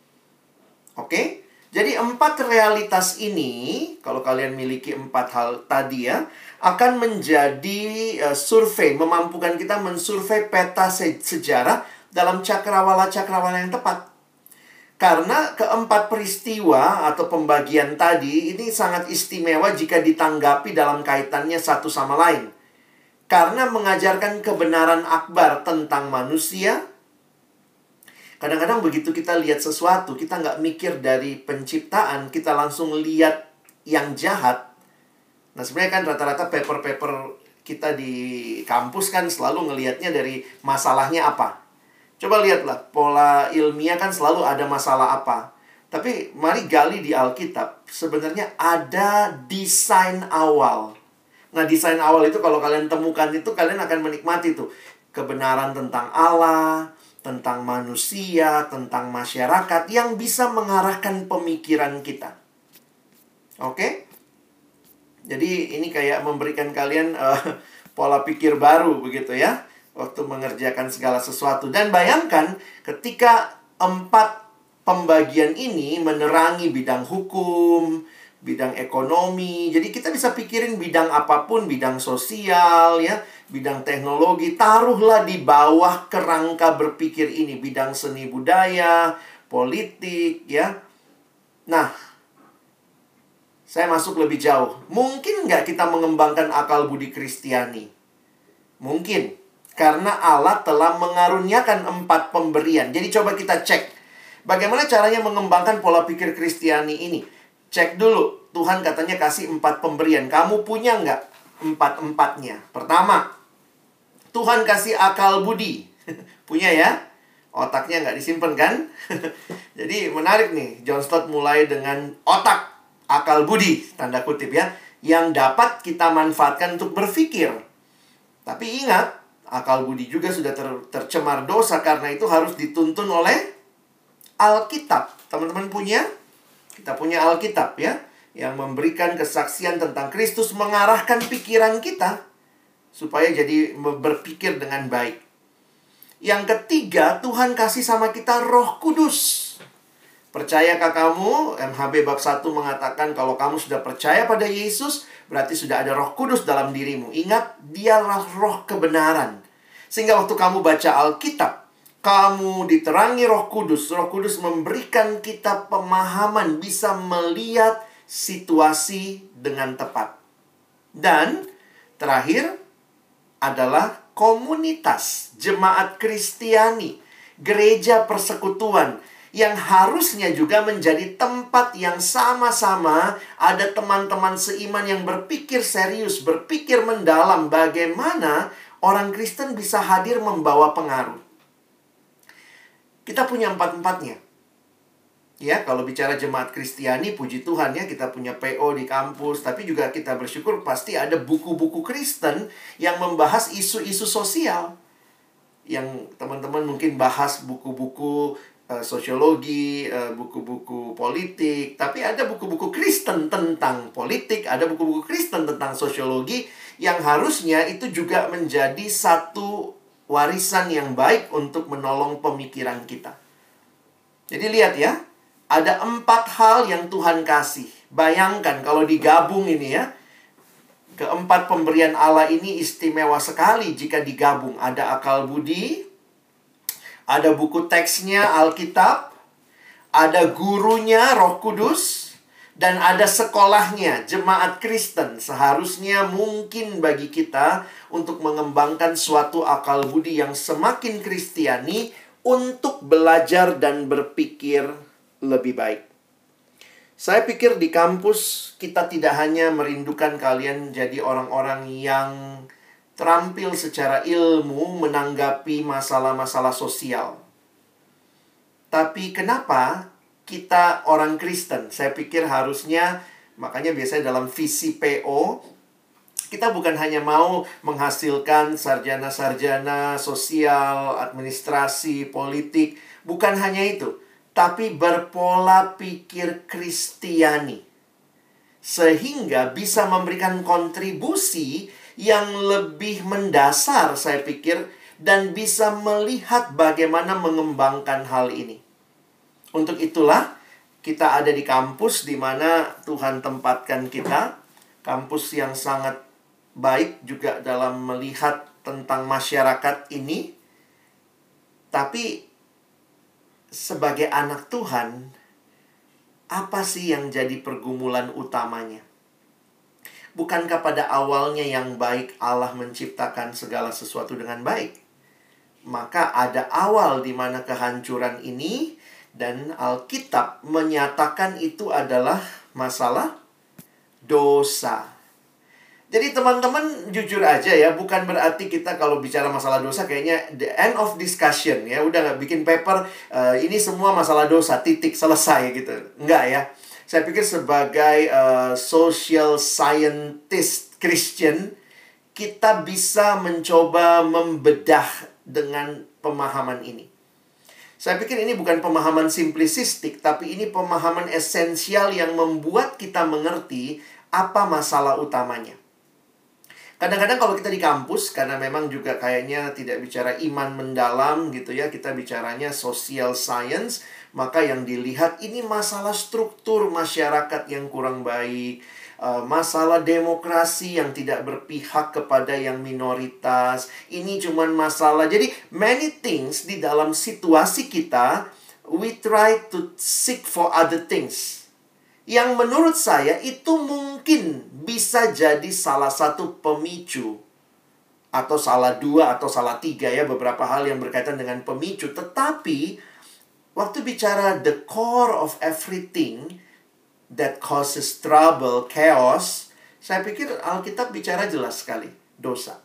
Oke? Okay? Jadi empat realitas ini, kalau kalian miliki empat hal tadi ya, akan menjadi uh, survei, memampukan kita mensurvei peta se- sejarah dalam cakrawala-cakrawala yang tepat. Karena keempat peristiwa atau pembagian tadi ini sangat istimewa jika ditanggapi dalam kaitannya satu sama lain. Karena mengajarkan kebenaran akbar tentang manusia. Kadang-kadang begitu kita lihat sesuatu, kita nggak mikir dari penciptaan, kita langsung lihat yang jahat. Nah sebenarnya kan rata-rata paper-paper kita di kampus kan selalu ngelihatnya dari masalahnya apa. Coba lihatlah, pola ilmiah kan selalu ada masalah apa. Tapi mari gali di Alkitab, sebenarnya ada desain awal. Nah, desain awal itu kalau kalian temukan itu, kalian akan menikmati tuh kebenaran tentang Allah, tentang manusia, tentang masyarakat yang bisa mengarahkan pemikiran kita. Oke? Jadi ini kayak memberikan kalian uh, pola pikir baru begitu ya, waktu mengerjakan segala sesuatu. Dan bayangkan ketika empat pembagian ini menerangi bidang hukum, bidang ekonomi. Jadi kita bisa pikirin bidang apapun, bidang sosial ya, bidang teknologi, taruhlah di bawah kerangka berpikir ini, bidang seni budaya, politik ya. Nah, saya masuk lebih jauh. Mungkin nggak kita mengembangkan akal budi Kristiani? Mungkin. Karena Allah telah mengaruniakan empat pemberian. Jadi coba kita cek. Bagaimana caranya mengembangkan pola pikir Kristiani ini? Cek dulu. Tuhan katanya kasih empat pemberian. Kamu punya nggak empat-empatnya? Pertama, Tuhan kasih akal budi. Punya ya? Otaknya nggak disimpan kan? Jadi menarik nih. John Stott mulai dengan otak, akal budi, tanda kutip ya, yang dapat kita manfaatkan untuk berpikir. Tapi ingat, akal budi juga sudah ter tercemar dosa. Karena itu harus dituntun oleh Alkitab. Teman-teman punya? Kita punya Alkitab ya, yang memberikan kesaksian tentang Kristus, mengarahkan pikiran kita supaya jadi berpikir dengan baik. Yang ketiga, Tuhan kasih sama kita Roh Kudus. Percayakah kamu? M H B bab satu mengatakan kalau kamu sudah percaya pada Yesus, berarti sudah ada Roh Kudus dalam dirimu. Ingat, dialah roh kebenaran. Sehingga waktu kamu baca Alkitab, kamu diterangi Roh Kudus. Roh Kudus memberikan kita pemahaman, bisa melihat situasi dengan tepat. Dan terakhir adalah komunitas, jemaat Kristiani, gereja persekutuan, yang harusnya juga menjadi tempat yang sama-sama ada teman-teman seiman yang berpikir serius, berpikir mendalam bagaimana orang Kristen bisa hadir membawa pengaruh. Kita punya empat-empatnya. Ya, kalau bicara jemaat Kristiani, puji Tuhan ya, kita punya P O di kampus. Tapi juga kita bersyukur pasti ada buku-buku Kristen yang membahas isu-isu sosial. Yang teman-teman mungkin bahas buku-buku uh, sosiologi, uh, buku-buku politik. Tapi ada buku-buku Kristen tentang politik, ada buku-buku Kristen tentang sosiologi, yang harusnya itu juga menjadi satu warisan yang baik untuk menolong pemikiran kita. Jadi lihat ya, ada empat hal yang Tuhan kasih. Bayangkan kalau digabung ini ya, keempat pemberian Allah ini istimewa sekali jika digabung. Ada akal budi, ada buku teksnya Alkitab, ada gurunya Roh Kudus, dan ada sekolahnya, jemaat Kristen. Seharusnya mungkin bagi kita untuk mengembangkan suatu akal budi yang semakin Kristiani untuk belajar dan berpikir lebih baik. Saya pikir di kampus kita tidak hanya merindukan kalian jadi orang-orang yang terampil secara ilmu menanggapi masalah-masalah sosial. Tapi kenapa kita orang Kristen, saya pikir harusnya, makanya biasanya dalam visi P O, kita bukan hanya mau menghasilkan sarjana-sarjana sosial, administrasi, politik. Bukan hanya itu, tapi berpola pikir Kristiani. Sehingga bisa memberikan kontribusi yang lebih mendasar, saya pikir, dan bisa melihat bagaimana mengembangkan hal ini. Untuk itulah kita ada di kampus di mana Tuhan tempatkan kita. Kampus yang sangat baik juga dalam melihat tentang masyarakat ini. Tapi sebagai anak Tuhan, apa sih yang jadi pergumulan utamanya? Bukankah pada awalnya yang baik Allah menciptakan segala sesuatu dengan baik? Maka ada awal di mana kehancuran ini. Dan Alkitab menyatakan itu adalah masalah dosa. Jadi teman-teman jujur aja ya, bukan berarti kita kalau bicara masalah dosa kayaknya the end of discussion ya. Udah nggak bikin paper, uh, ini semua masalah dosa, titik, selesai gitu. Enggak ya. Saya pikir sebagai uh, social scientist Christian, kita bisa mencoba membedah dengan pemahaman ini. Saya pikir ini bukan pemahaman simplistik, tapi ini pemahaman esensial yang membuat kita mengerti apa masalah utamanya. Kadang-kadang kalau kita di kampus, karena memang juga kayaknya tidak bicara iman mendalam gitu ya, kita bicaranya social science, maka yang dilihat ini masalah struktur masyarakat yang kurang baik, Uh, masalah demokrasi yang tidak berpihak kepada yang minoritas. Ini cuman masalah. Jadi many things di dalam situasi kita, we try to seek for other things, yang menurut saya itu mungkin bisa jadi salah satu pemicu, atau salah dua atau salah tiga ya, beberapa hal yang berkaitan dengan pemicu. Tetapi waktu bicara the core of everything that causes trouble, chaos, saya pikir Alkitab bicara jelas sekali, dosa.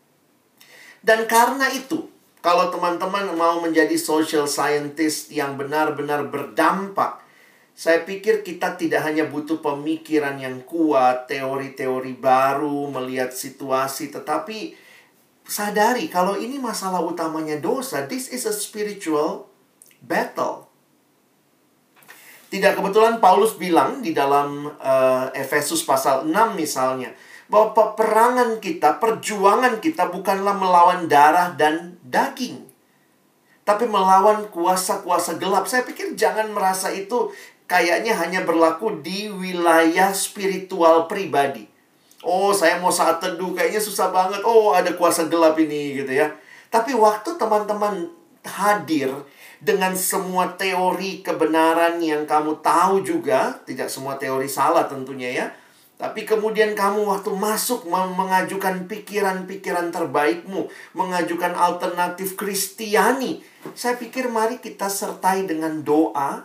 Dan karena itu, kalau teman-teman mau menjadi social scientist yang benar-benar berdampak, saya pikir kita tidak hanya butuh pemikiran yang kuat, teori-teori baru, melihat situasi, tetapi sadari kalau ini masalah utamanya dosa, this is a spiritual battle. Tidak kebetulan Paulus bilang di dalam uh, Efesus pasal enam misalnya, bahwa peperangan kita, perjuangan kita bukanlah melawan darah dan daging, tapi melawan kuasa-kuasa gelap. Saya pikir jangan merasa itu kayaknya hanya berlaku di wilayah spiritual pribadi. Oh, saya mau saat teduh, kayaknya susah banget. Oh, ada kuasa gelap ini gitu ya. Tapi waktu teman-teman hadir dengan semua teori kebenaran yang kamu tahu juga, tidak semua teori salah tentunya ya, tapi kemudian kamu waktu masuk mengajukan pikiran-pikiran terbaikmu, mengajukan alternatif Kristiani, saya pikir mari kita sertai dengan doa.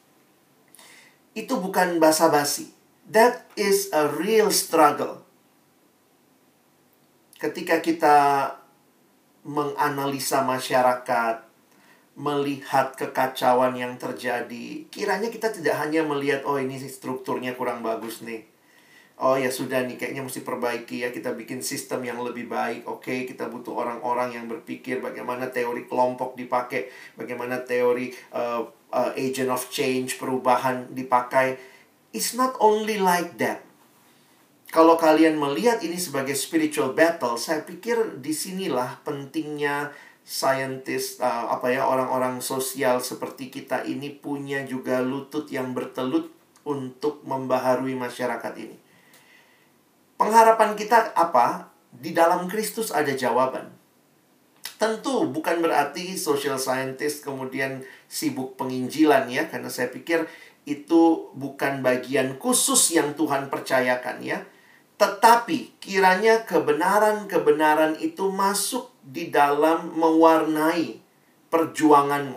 Itu bukan basa-basi. That is a real struggle. Ketika kita menganalisa masyarakat, melihat kekacauan yang terjadi, kiranya kita tidak hanya melihat, oh ini strukturnya kurang bagus nih, oh ya sudah nih, kayaknya mesti perbaiki ya, kita bikin sistem yang lebih baik. Oke, kita butuh orang-orang yang berpikir bagaimana teori kelompok dipakai, bagaimana teori uh, uh, agent of change, perubahan dipakai. It's not only like that. Kalau kalian melihat ini sebagai spiritual battle, saya pikir disinilah pentingnya scientist, uh, apa ya, orang-orang sosial seperti kita ini punya juga lutut yang bertelut untuk membaharui masyarakat ini. Pengharapan kita apa? Di dalam Kristus ada jawaban. Tentu bukan berarti social scientist kemudian sibuk penginjilan ya, karena saya pikir itu bukan bagian khusus yang Tuhan percayakan ya. Tetapi kiranya kebenaran-kebenaran itu masuk di dalam mewarnai perjuanganmu.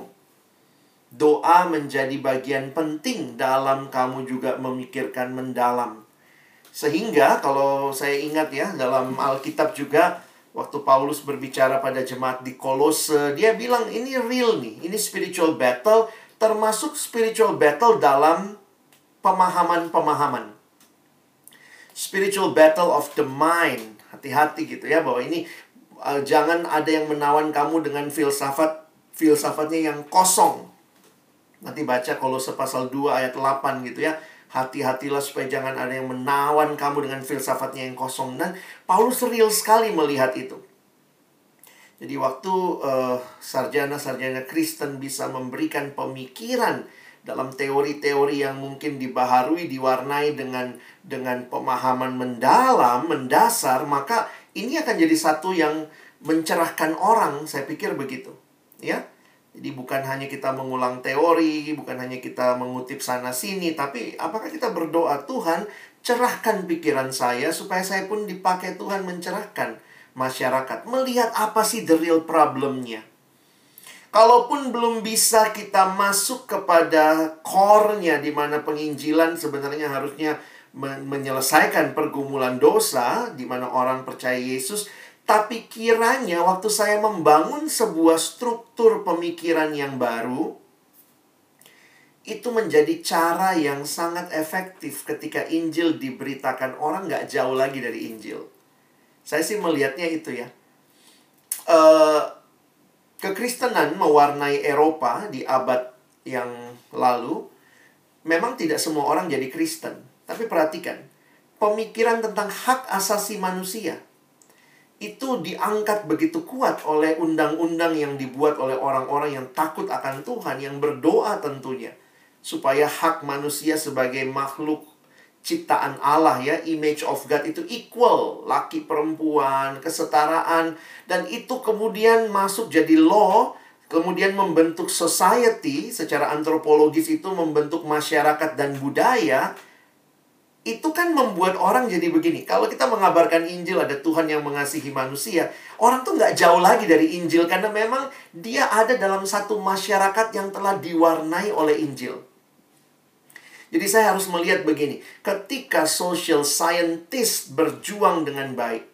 Doa menjadi bagian penting dalam kamu juga memikirkan mendalam. Sehingga kalau saya ingat ya, dalam Alkitab juga, waktu Paulus berbicara pada jemaat di Kolose, dia bilang ini real nih, ini spiritual battle, termasuk spiritual battle dalam pemahaman-pemahaman. Spiritual battle of the mind. Hati-hati gitu ya, bahwa ini uh, jangan ada yang menawan kamu dengan filsafat, filsafatnya yang kosong. Nanti baca Kolose pasal dua ayat delapan gitu ya. Hati-hatilah supaya jangan ada yang menawan kamu dengan filsafatnya yang kosong. Dan Paulus real sekali melihat itu. Jadi waktu uh, sarjana-sarjana Kristen bisa memberikan pemikiran dalam teori-teori yang mungkin dibaharui, diwarnai dengan dengan pemahaman mendalam, mendasar, maka ini akan jadi satu yang mencerahkan orang, saya pikir begitu. Ya. Jadi bukan hanya kita mengulang teori, bukan hanya kita mengutip sana-sini, tapi apakah kita berdoa, Tuhan, cerahkan pikiran saya supaya saya pun dipakai Tuhan mencerahkan masyarakat, melihat apa sih the real problemnya. Kalaupun belum bisa kita masuk kepada core-nya, di mana penginjilan sebenarnya harusnya men- menyelesaikan pergumulan dosa, di mana orang percaya Yesus, tapi kiranya waktu saya membangun sebuah struktur pemikiran yang baru, itu menjadi cara yang sangat efektif ketika Injil diberitakan orang nggak jauh lagi dari Injil. Saya sih melihatnya itu ya. Uh, Kekristenan mewarnai Eropa di abad yang lalu. Memang tidak semua orang jadi Kristen. Tapi perhatikan, pemikiran tentang hak asasi manusia itu diangkat begitu kuat oleh undang-undang yang dibuat oleh orang-orang yang takut akan Tuhan, yang berdoa tentunya, supaya hak manusia sebagai makhluk ciptaan Allah, ya, image of God itu equal, laki perempuan, kesetaraan, dan itu kemudian masuk jadi law, kemudian membentuk society secara antropologis, itu membentuk masyarakat dan budaya. Itu kan membuat orang jadi begini. Kalau kita mengabarkan Injil, ada Tuhan yang mengasihi manusia, orang tuh nggak jauh lagi dari Injil, karena memang dia ada dalam satu masyarakat yang telah diwarnai oleh Injil. Jadi saya harus melihat begini, ketika social scientist berjuang dengan baik,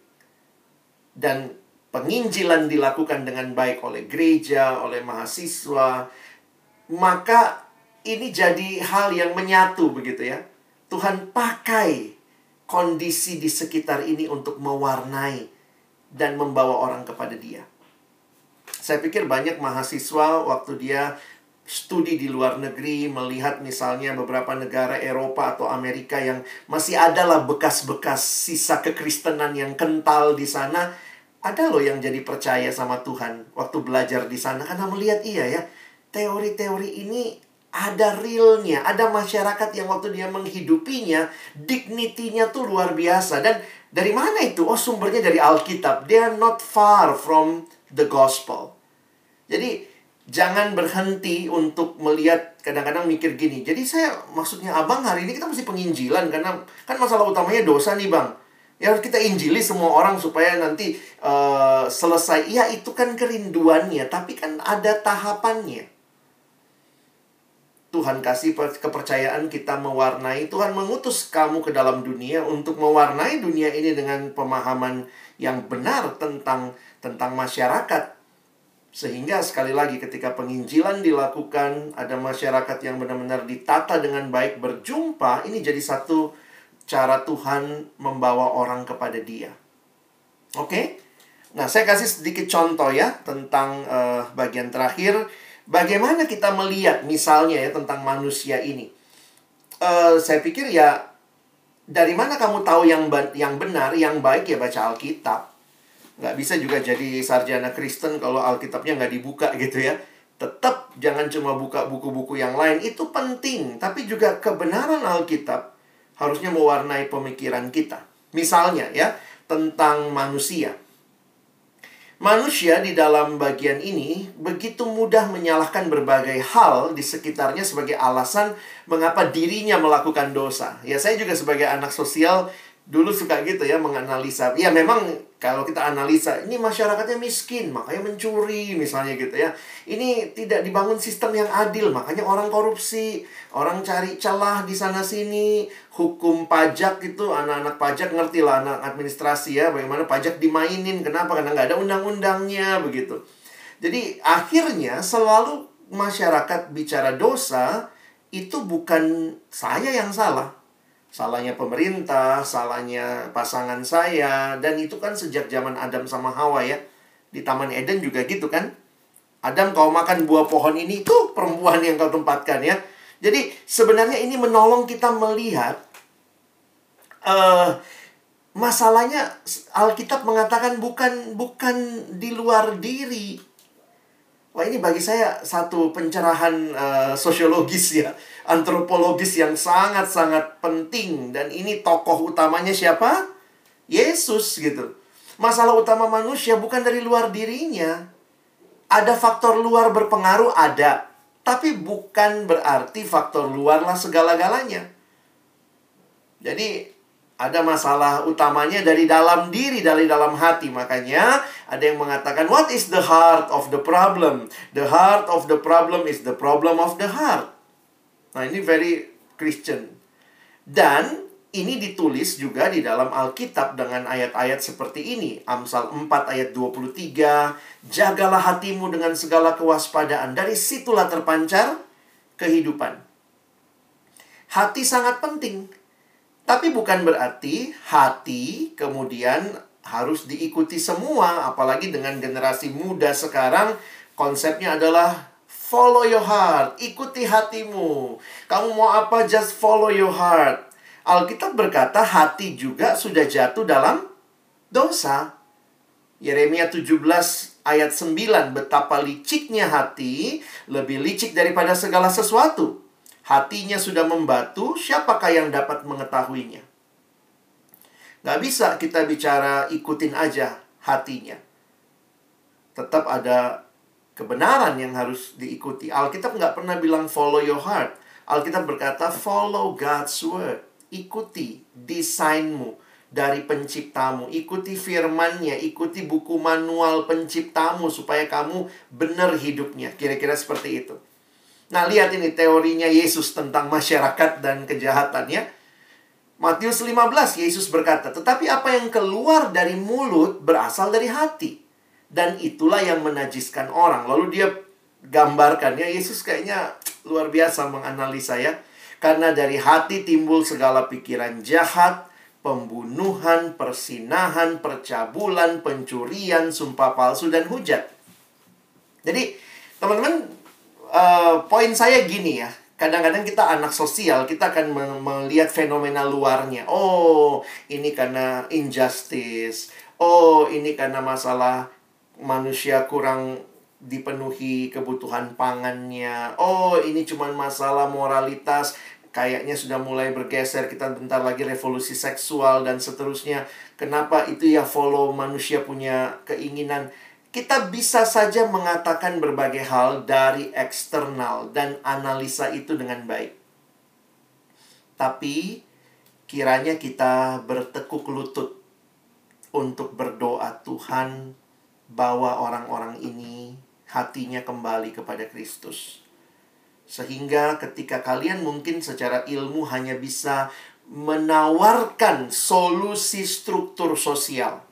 dan penginjilan dilakukan dengan baik oleh gereja, oleh mahasiswa, maka ini jadi hal yang menyatu begitu ya. Tuhan pakai kondisi di sekitar ini untuk mewarnai dan membawa orang kepada Dia. Saya pikir banyak mahasiswa waktu dia studi di luar negeri, melihat misalnya beberapa negara Eropa atau Amerika yang masih adalah bekas-bekas sisa kekristenan yang kental di sana. Ada loh yang jadi percaya sama Tuhan waktu belajar di sana, karena melihat iya ya, teori-teori ini ada realnya, ada masyarakat yang waktu dia menghidupinya, dignity-nya tuh luar biasa. Dan dari mana itu? Oh, sumbernya dari Alkitab. They are not far from the gospel. Jadi jangan berhenti untuk melihat, kadang-kadang mikir gini, jadi saya, maksudnya abang hari ini kita mesti penginjilan, karena kan masalah utamanya dosa nih bang. Ya harus kita injili semua orang supaya nanti uh, selesai. Ya itu kan kerinduannya, tapi kan ada tahapannya. Tuhan kasih kepercayaan kita mewarnai. Tuhan mengutus kamu ke dalam dunia untuk mewarnai dunia ini dengan pemahaman yang benar tentang tentang masyarakat. Sehingga sekali lagi ketika penginjilan dilakukan, ada masyarakat yang benar-benar ditata dengan baik, berjumpa, ini jadi satu cara Tuhan membawa orang kepada Dia. Oke? Nah, saya kasih sedikit contoh ya tentang uh, bagian terakhir. Bagaimana kita melihat misalnya ya tentang manusia ini. Uh, saya pikir ya, dari mana kamu tahu yang, yang benar, yang baik, ya baca Alkitab. Nggak bisa juga jadi sarjana Kristen kalau Alkitabnya nggak dibuka gitu ya. Tetap jangan cuma buka buku-buku yang lain, itu penting. Tapi juga kebenaran Alkitab harusnya mewarnai pemikiran kita. Misalnya ya, tentang manusia. Manusia di dalam bagian ini begitu mudah menyalahkan berbagai hal di sekitarnya sebagai alasan mengapa dirinya melakukan dosa. Ya, saya juga sebagai anak sosial dulu suka gitu ya, menganalisa. Ya memang kalau kita analisa, ini masyarakatnya miskin, makanya mencuri misalnya gitu ya. Ini tidak dibangun sistem yang adil, makanya orang korupsi, orang cari celah di sana-sini. Hukum pajak itu, anak-anak pajak ngerti lah, anak administrasi ya, bagaimana pajak dimainin. Kenapa? Karena nggak ada undang-undangnya begitu. Jadi akhirnya selalu masyarakat bicara dosa, itu bukan saya yang salah. Salahnya pemerintah, salahnya pasangan saya. Dan itu kan sejak zaman Adam sama Hawa ya. Di Taman Eden juga gitu kan. Adam, kau makan buah pohon ini, itu perempuan yang kau tempatkan ya. Jadi sebenarnya ini menolong kita melihat uh, masalahnya Alkitab mengatakan bukan bukan di luar diri. Wah, ini bagi saya satu pencerahan uh, sosiologis ya, antropologis yang sangat-sangat penting. Dan ini tokoh utamanya siapa? Yesus gitu. Masalah utama manusia bukan dari luar dirinya. Ada faktor luar berpengaruh, ada. Tapi bukan berarti faktor luarlah segala-galanya. Jadi ada masalah utamanya dari dalam diri, dari dalam hati. Makanya ada yang mengatakan, what is the heart of the problem? The heart of the problem is the problem of the heart. Nah, ini very Christian. Dan ini ditulis juga di dalam Alkitab dengan ayat-ayat seperti ini. Amsal empat ayat dua puluh tiga. Jagalah hatimu dengan segala kewaspadaan. Dari situlah terpancar kehidupan. Hati sangat penting. Tapi bukan berarti hati kemudian harus diikuti semua. Apalagi dengan generasi muda sekarang, Konsepnya adalah follow your heart, ikuti hatimu. Kamu mau apa, just follow your heart. Alkitab berkata hati juga sudah jatuh dalam dosa. Yeremia tujuh belas ayat sembilan, betapa liciknya hati, lebih licik daripada segala sesuatu. Hatinya sudah membatu, siapakah yang dapat mengetahuinya? Gak bisa kita bicara ikutin aja hatinya. Tetap ada kebenaran yang harus diikuti. Alkitab nggak pernah bilang follow your heart. Alkitab berkata follow God's word. Ikuti desainmu dari penciptamu. Ikuti firmannya. Ikuti buku manual penciptamu supaya kamu benar hidupnya. Kira-kira seperti itu. Nah, lihat ini teorinya Yesus tentang masyarakat dan kejahatannya. Matius lima belas, Yesus berkata, tetapi apa yang keluar dari mulut berasal dari hati. Dan itulah yang menajiskan orang. Lalu dia gambarkan, ya Yesus kayaknya luar biasa menganalisa ya. Karena dari hati timbul segala pikiran jahat, pembunuhan, persinahan, percabulan, pencurian, sumpah palsu, dan hujat. Jadi, teman-teman, uh, poin saya gini ya. Kadang-kadang kita anak sosial, kita akan melihat fenomena luarnya. Oh, ini karena injustice. Oh, ini karena masalah manusia kurang dipenuhi kebutuhan pangannya. Oh, ini cuma masalah moralitas. Kayaknya sudah mulai bergeser. Kita bentar lagi revolusi seksual dan seterusnya. Kenapa itu ya follow manusia punya keinginan? Kita bisa saja mengatakan berbagai hal dari eksternal dan analisa itu dengan baik. Tapi kiranya kita bertekuk lutut untuk berdoa, Tuhan, bawa orang-orang ini hatinya kembali kepada Kristus. Sehingga ketika kalian mungkin secara ilmu hanya bisa menawarkan solusi struktur sosial,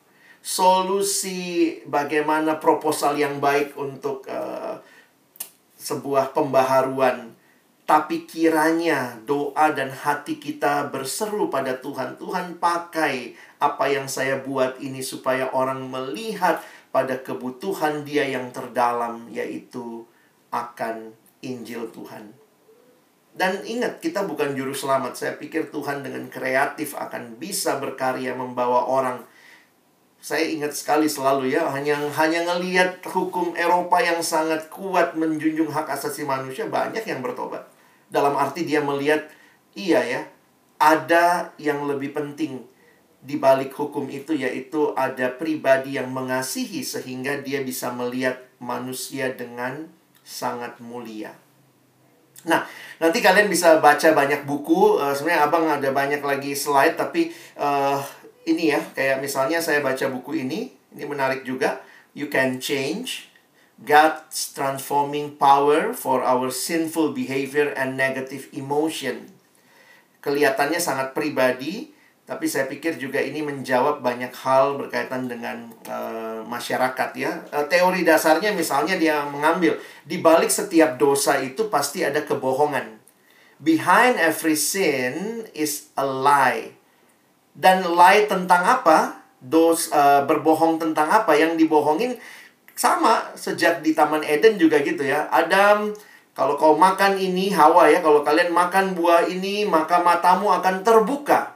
solusi bagaimana proposal yang baik untuk uh, sebuah pembaharuan, tapi kiranya doa dan hati kita berseru pada Tuhan, Tuhan pakai apa yang saya buat ini supaya orang melihat pada kebutuhan dia yang terdalam, yaitu akan Injil Tuhan. Dan ingat, kita bukan juru selamat. Saya pikir Tuhan dengan kreatif akan bisa berkarya membawa orang. Saya ingat sekali selalu ya, hanya hanya ngelihat hukum Eropa yang sangat kuat menjunjung hak asasi manusia, banyak yang bertobat. Dalam arti dia melihat, iya ya, ada yang lebih penting di balik hukum itu, yaitu ada pribadi yang mengasihi sehingga dia bisa melihat manusia dengan sangat mulia. Nah, nanti kalian bisa baca banyak buku. Uh, sebenarnya abang ada banyak lagi slide, tapi uh, ini ya, kayak misalnya saya baca buku ini. Ini menarik juga. You Can Change, God's Transforming Power for Our Sinful Behavior and Negative Emotion. Kelihatannya sangat pribadi, tapi saya pikir juga ini menjawab banyak hal berkaitan dengan uh, masyarakat ya. Uh, teori dasarnya misalnya dia mengambil, di balik setiap dosa itu pasti ada kebohongan. Behind every sin is a lie. Dan lie tentang apa? Dos, uh, berbohong tentang apa? Yang dibohongin sama sejak di Taman Eden juga gitu ya. Adam, kalau kau makan ini, Hawa ya, kalau kalian makan buah ini, maka matamu akan terbuka.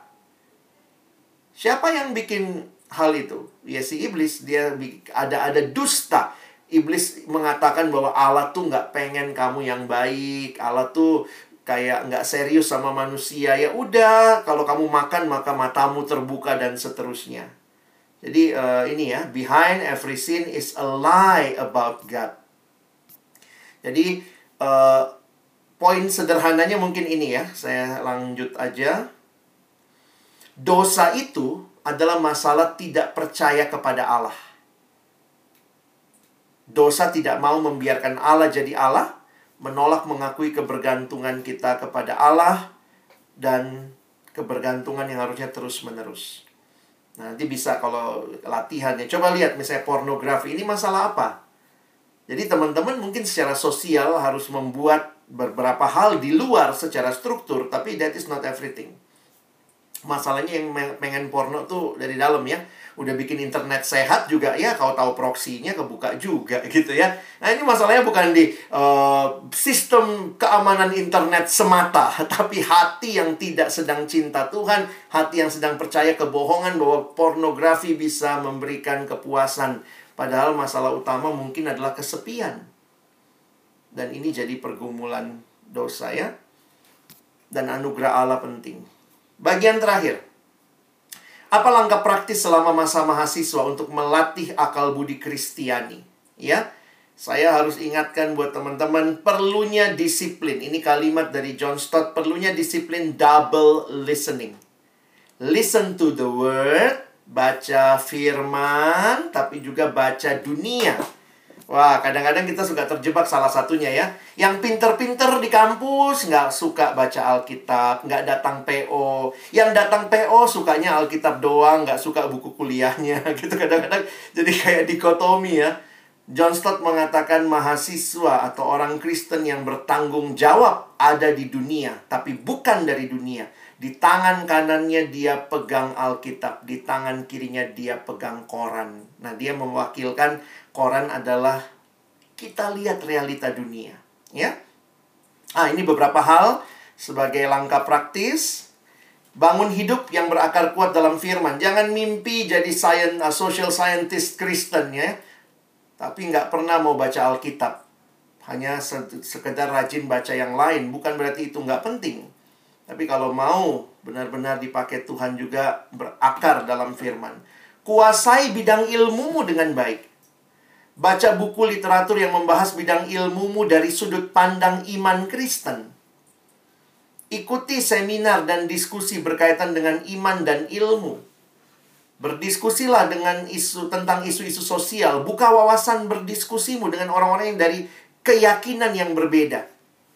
Siapa yang bikin hal itu? Ya si iblis. Dia ada ada dusta. Iblis mengatakan bahwa Allah tuh nggak pengen kamu yang baik. Allah tuh kayak nggak serius sama manusia. Ya udah, kalau kamu makan maka matamu terbuka dan seterusnya. Jadi uh, ini ya, behind every sin is a lie about God. Jadi uh, poin sederhananya mungkin ini ya. Saya lanjut aja. Dosa itu adalah masalah tidak percaya kepada Allah. Dosa tidak mau membiarkan Allah jadi Allah, menolak mengakui kebergantungan kita kepada Allah, dan kebergantungan yang harusnya terus-menerus. Nah, nanti bisa kalau latihannya. Coba lihat misalnya pornografi, ini masalah apa? Jadi teman-teman mungkin secara sosial harus membuat beberapa hal di luar secara struktur, tapi that is not everything. Masalahnya yang pengen porno tuh dari dalam ya. Udah bikin internet sehat juga ya, kalau tahu proksinya kebuka juga gitu ya. Nah ini masalahnya bukan di uh, sistem keamanan internet semata, tapi hati yang tidak sedang cinta Tuhan, hati yang sedang percaya kebohongan bahwa pornografi bisa memberikan kepuasan. Padahal masalah utama mungkin adalah kesepian. Dan ini jadi pergumulan dosa ya. Dan anugerah Allah penting. Bagian terakhir. Apa langkah praktis selama masa mahasiswa untuk melatih akal budi Kristiani? Ya, saya harus ingatkan buat teman-teman, perlunya disiplin. Ini kalimat dari John Stott, perlunya disiplin double listening. Listen to the word, baca firman, tapi juga baca dunia. Wah, kadang-kadang kita suka terjebak salah satunya ya. Yang pinter-pinter di kampus nggak suka baca Alkitab, nggak datang P O. Yang datang P O sukanya Alkitab doang, nggak suka buku kuliahnya gitu. Kadang-kadang jadi kayak dikotomi ya. John Stott mengatakan mahasiswa atau orang Kristen yang bertanggung jawab ada di dunia, tapi bukan dari dunia. Di tangan kanannya dia pegang Alkitab, di tangan kirinya dia pegang koran. Nah, dia mewakilkan koran adalah kita lihat realita dunia, ya. Ah, ini beberapa hal sebagai langkah praktis. Bangun hidup yang berakar kuat dalam firman. Jangan mimpi jadi science, uh, social scientist Kristen ya. Tapi nggak pernah mau baca Alkitab. Hanya se- sekedar rajin baca yang lain. Bukan berarti itu nggak penting. Tapi kalau mau benar-benar dipakai Tuhan juga berakar dalam firman. Kuasai bidang ilmumu dengan baik. Baca buku literatur yang membahas bidang ilmumu dari sudut pandang iman Kristen. Ikuti seminar dan diskusi berkaitan dengan iman dan ilmu. Berdiskusilah dengan isu tentang isu-isu sosial. Buka wawasan berdiskusimu dengan orang-orang yang dari keyakinan yang berbeda.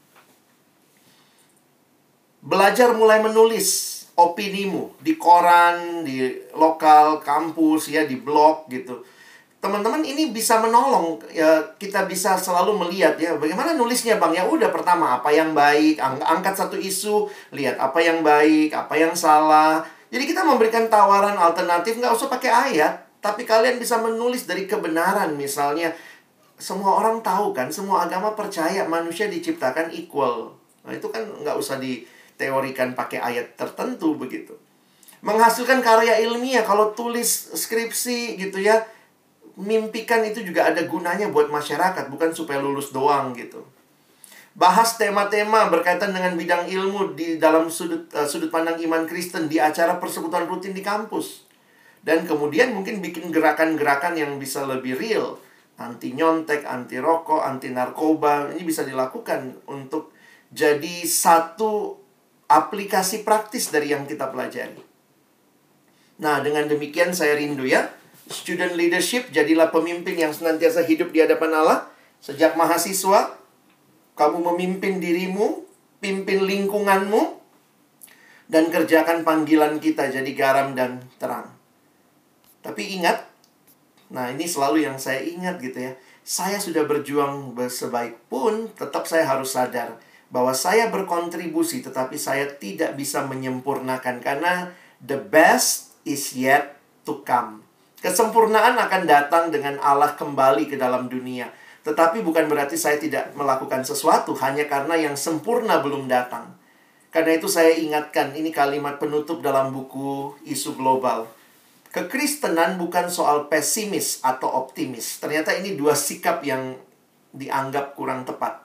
Belajar mulai menulis opinimu di koran, di lokal, kampus, ya, di blog gitu. Teman-teman ini bisa menolong ya, kita bisa selalu melihat ya bagaimana nulisnya Bang. Ya udah, pertama apa yang baik, ang angkat satu isu, lihat apa yang baik, apa yang salah. Jadi kita memberikan tawaran alternatif, nggak usah pakai ayat, tapi kalian bisa menulis dari kebenaran. Misalnya, semua orang tahu kan, semua agama percaya manusia diciptakan equal. Nah itu kan nggak usah diteorikan pakai ayat tertentu begitu. Menghasilkan karya ilmiah, kalau tulis skripsi gitu ya, mimpikan itu juga ada gunanya buat masyarakat, bukan supaya lulus doang gitu. Bahas tema-tema berkaitan dengan bidang ilmu di dalam sudut uh, sudut pandang iman Kristen di acara persekutuan rutin di kampus. Dan kemudian mungkin bikin gerakan-gerakan yang bisa lebih real. Anti nyontek, anti rokok, anti narkoba. Ini bisa dilakukan untuk jadi satu aplikasi praktis dari yang kita pelajari. Nah, dengan demikian saya rindu ya. Student leadership, jadilah pemimpin yang senantiasa hidup di hadapan Allah. Sejak mahasiswa, kamu memimpin dirimu, pimpin lingkunganmu, dan kerjakan panggilan kita jadi garam dan terang. Tapi ingat, nah ini selalu yang saya ingat gitu ya. Saya sudah berjuang sebaik pun, tetap saya harus sadar bahwa saya berkontribusi, tetapi saya tidak bisa menyempurnakan. Karena the best is yet to come. Kesempurnaan akan datang dengan Allah kembali ke dalam dunia. Tetapi bukan berarti saya tidak melakukan sesuatu hanya karena yang sempurna belum datang. Karena itu saya ingatkan, ini kalimat penutup dalam buku Isu Global. Kekristenan bukan soal pesimis atau optimis. Ternyata ini dua sikap yang dianggap kurang tepat.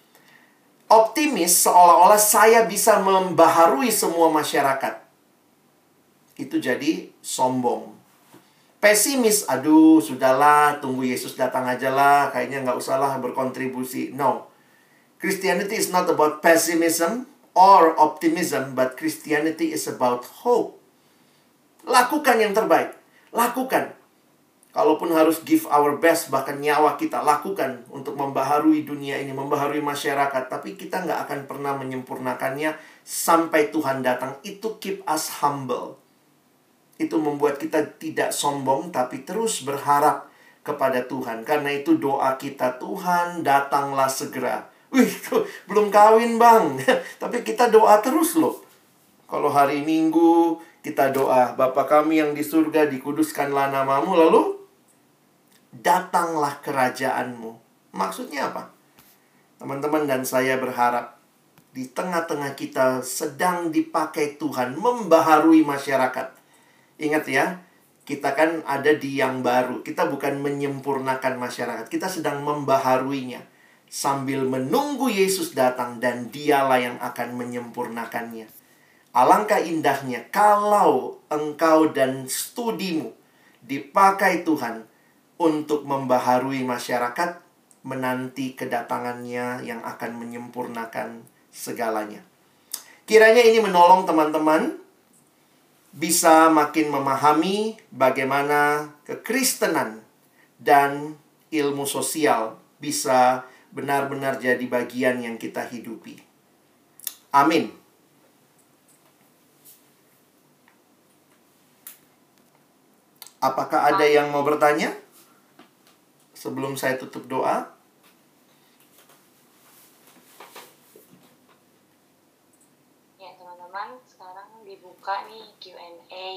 Optimis seolah-olah saya bisa membaharui semua masyarakat. Itu jadi sombong. Pesimis, aduh sudahlah, tunggu Yesus datang aja lah, kayaknya nggak usah lah berkontribusi. No, Christianity is not about pessimism or optimism, but Christianity is about hope. Lakukan yang terbaik, lakukan. Kalaupun harus give our best, bahkan nyawa kita lakukan untuk membaharui dunia ini, membaharui masyarakat. Tapi kita nggak akan pernah menyempurnakannya sampai Tuhan datang. Itu keep us humble. Itu membuat kita tidak sombong, tapi terus berharap kepada Tuhan. Karena itu doa kita, Tuhan datanglah segera. Wih, tuh, belum kawin Bang. Tapi kita doa terus loh. Kalau hari Minggu Kita doa, Bapa kami yang di surga, dikuduskanlah namamu, lalu datanglah kerajaanmu. Maksudnya apa? Teman-teman dan saya berharap di tengah-tengah kita sedang dipakai Tuhan membaharui masyarakat. Ingat ya, kita kan ada di yang baru. Kita bukan menyempurnakan masyarakat, kita sedang membaharuinya sambil menunggu Yesus datang, dan dialah yang akan menyempurnakannya. Alangkah indahnya kalau engkau dan studimu dipakai Tuhan untuk membaharui masyarakat, menanti kedatangannya yang akan menyempurnakan segalanya. Kiranya ini menolong teman-teman bisa makin memahami bagaimana kekristenan dan ilmu sosial bisa benar-benar jadi bagian yang kita hidupi. Amin. Apakah ada yang mau bertanya sebelum saya tutup doa? Ya teman-teman, sekarang dibuka nih Q and A.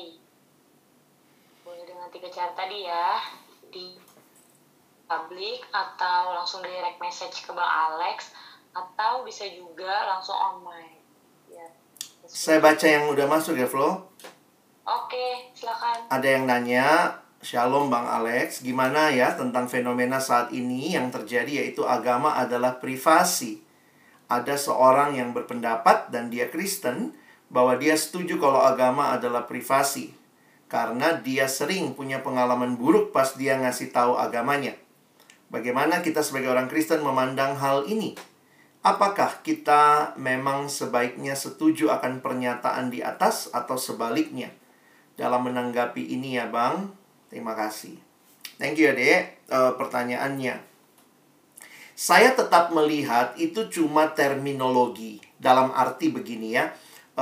Boleh dengan tiga cara tadi ya, di public atau langsung direct message ke Bang Alex, atau bisa juga langsung online. Ya. Saya baca yang udah masuk ya, Flo. Oke, silakan. Ada yang nanya, Shalom Bang Alex, gimana ya tentang fenomena saat ini yang terjadi, yaitu agama adalah privasi. Ada seorang yang berpendapat dan dia Kristen bahwa dia setuju kalau agama adalah privasi karena dia sering punya pengalaman buruk pas dia ngasih tahu agamanya. Bagaimana kita sebagai orang Kristen memandang hal ini? Apakah kita memang sebaiknya setuju akan pernyataan di atas atau sebaliknya? Dalam menanggapi ini ya Bang, terima kasih. Thank you ya Dek, e, pertanyaannya. Saya tetap melihat itu cuma terminologi. Dalam arti begini ya, e,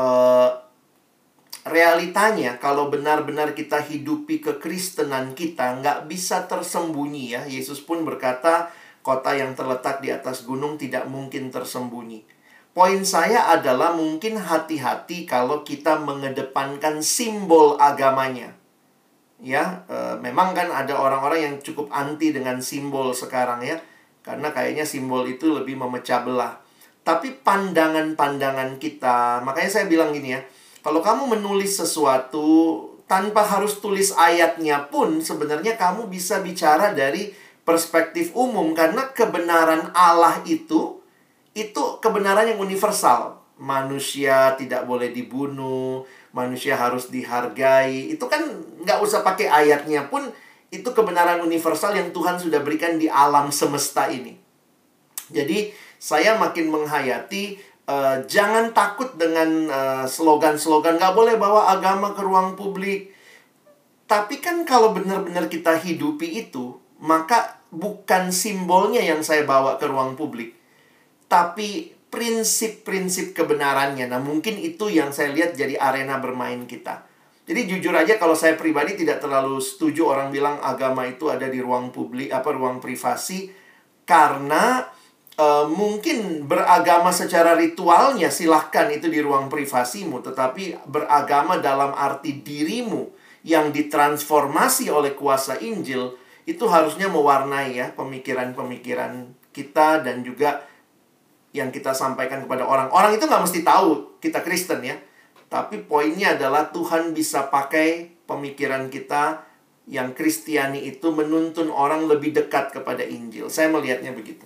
realitanya kalau benar-benar kita hidupi kekristenan kita, nggak bisa tersembunyi ya. Yesus pun berkata, kota yang terletak di atas gunung tidak mungkin tersembunyi. Poin saya adalah mungkin hati-hati kalau kita mengedepankan simbol agamanya. Ya, e, memang kan ada orang-orang yang cukup anti dengan simbol sekarang ya. Karena kayaknya simbol itu lebih memecah belah. Tapi pandangan-pandangan kita, makanya saya bilang gini ya. Kalau kamu menulis sesuatu tanpa harus tulis ayatnya pun, sebenarnya kamu bisa bicara dari perspektif umum. Karena kebenaran Allah itu Itu kebenaran yang universal. Manusia tidak boleh dibunuh, manusia harus dihargai. Itu kan nggak usah pakai ayatnya pun, itu kebenaran universal yang Tuhan sudah berikan di alam semesta ini. Jadi saya makin menghayati, uh, jangan takut dengan uh, slogan-slogan, nggak boleh bawa agama ke ruang publik. Tapi kan kalau benar-benar kita hidupi itu, maka bukan simbolnya yang saya bawa ke ruang publik, tapi prinsip-prinsip kebenarannya. Nah, mungkin itu yang saya lihat jadi arena bermain kita. Jadi jujur aja kalau saya pribadi tidak terlalu setuju orang bilang agama itu ada di ruang publik, apa ruang privasi. Karena e, mungkin beragama secara ritualnya silahkan itu di ruang privasimu. Tetapi beragama dalam arti dirimu yang ditransformasi oleh kuasa Injil, itu harusnya mewarnai ya pemikiran-pemikiran kita dan juga yang kita sampaikan kepada orang. Orang itu nggak mesti tahu kita Kristen ya. Tapi poinnya adalah Tuhan bisa pakai pemikiran kita yang Kristiani itu menuntun orang lebih dekat kepada Injil. Saya melihatnya begitu.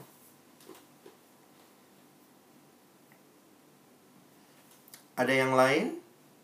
Ada yang lain?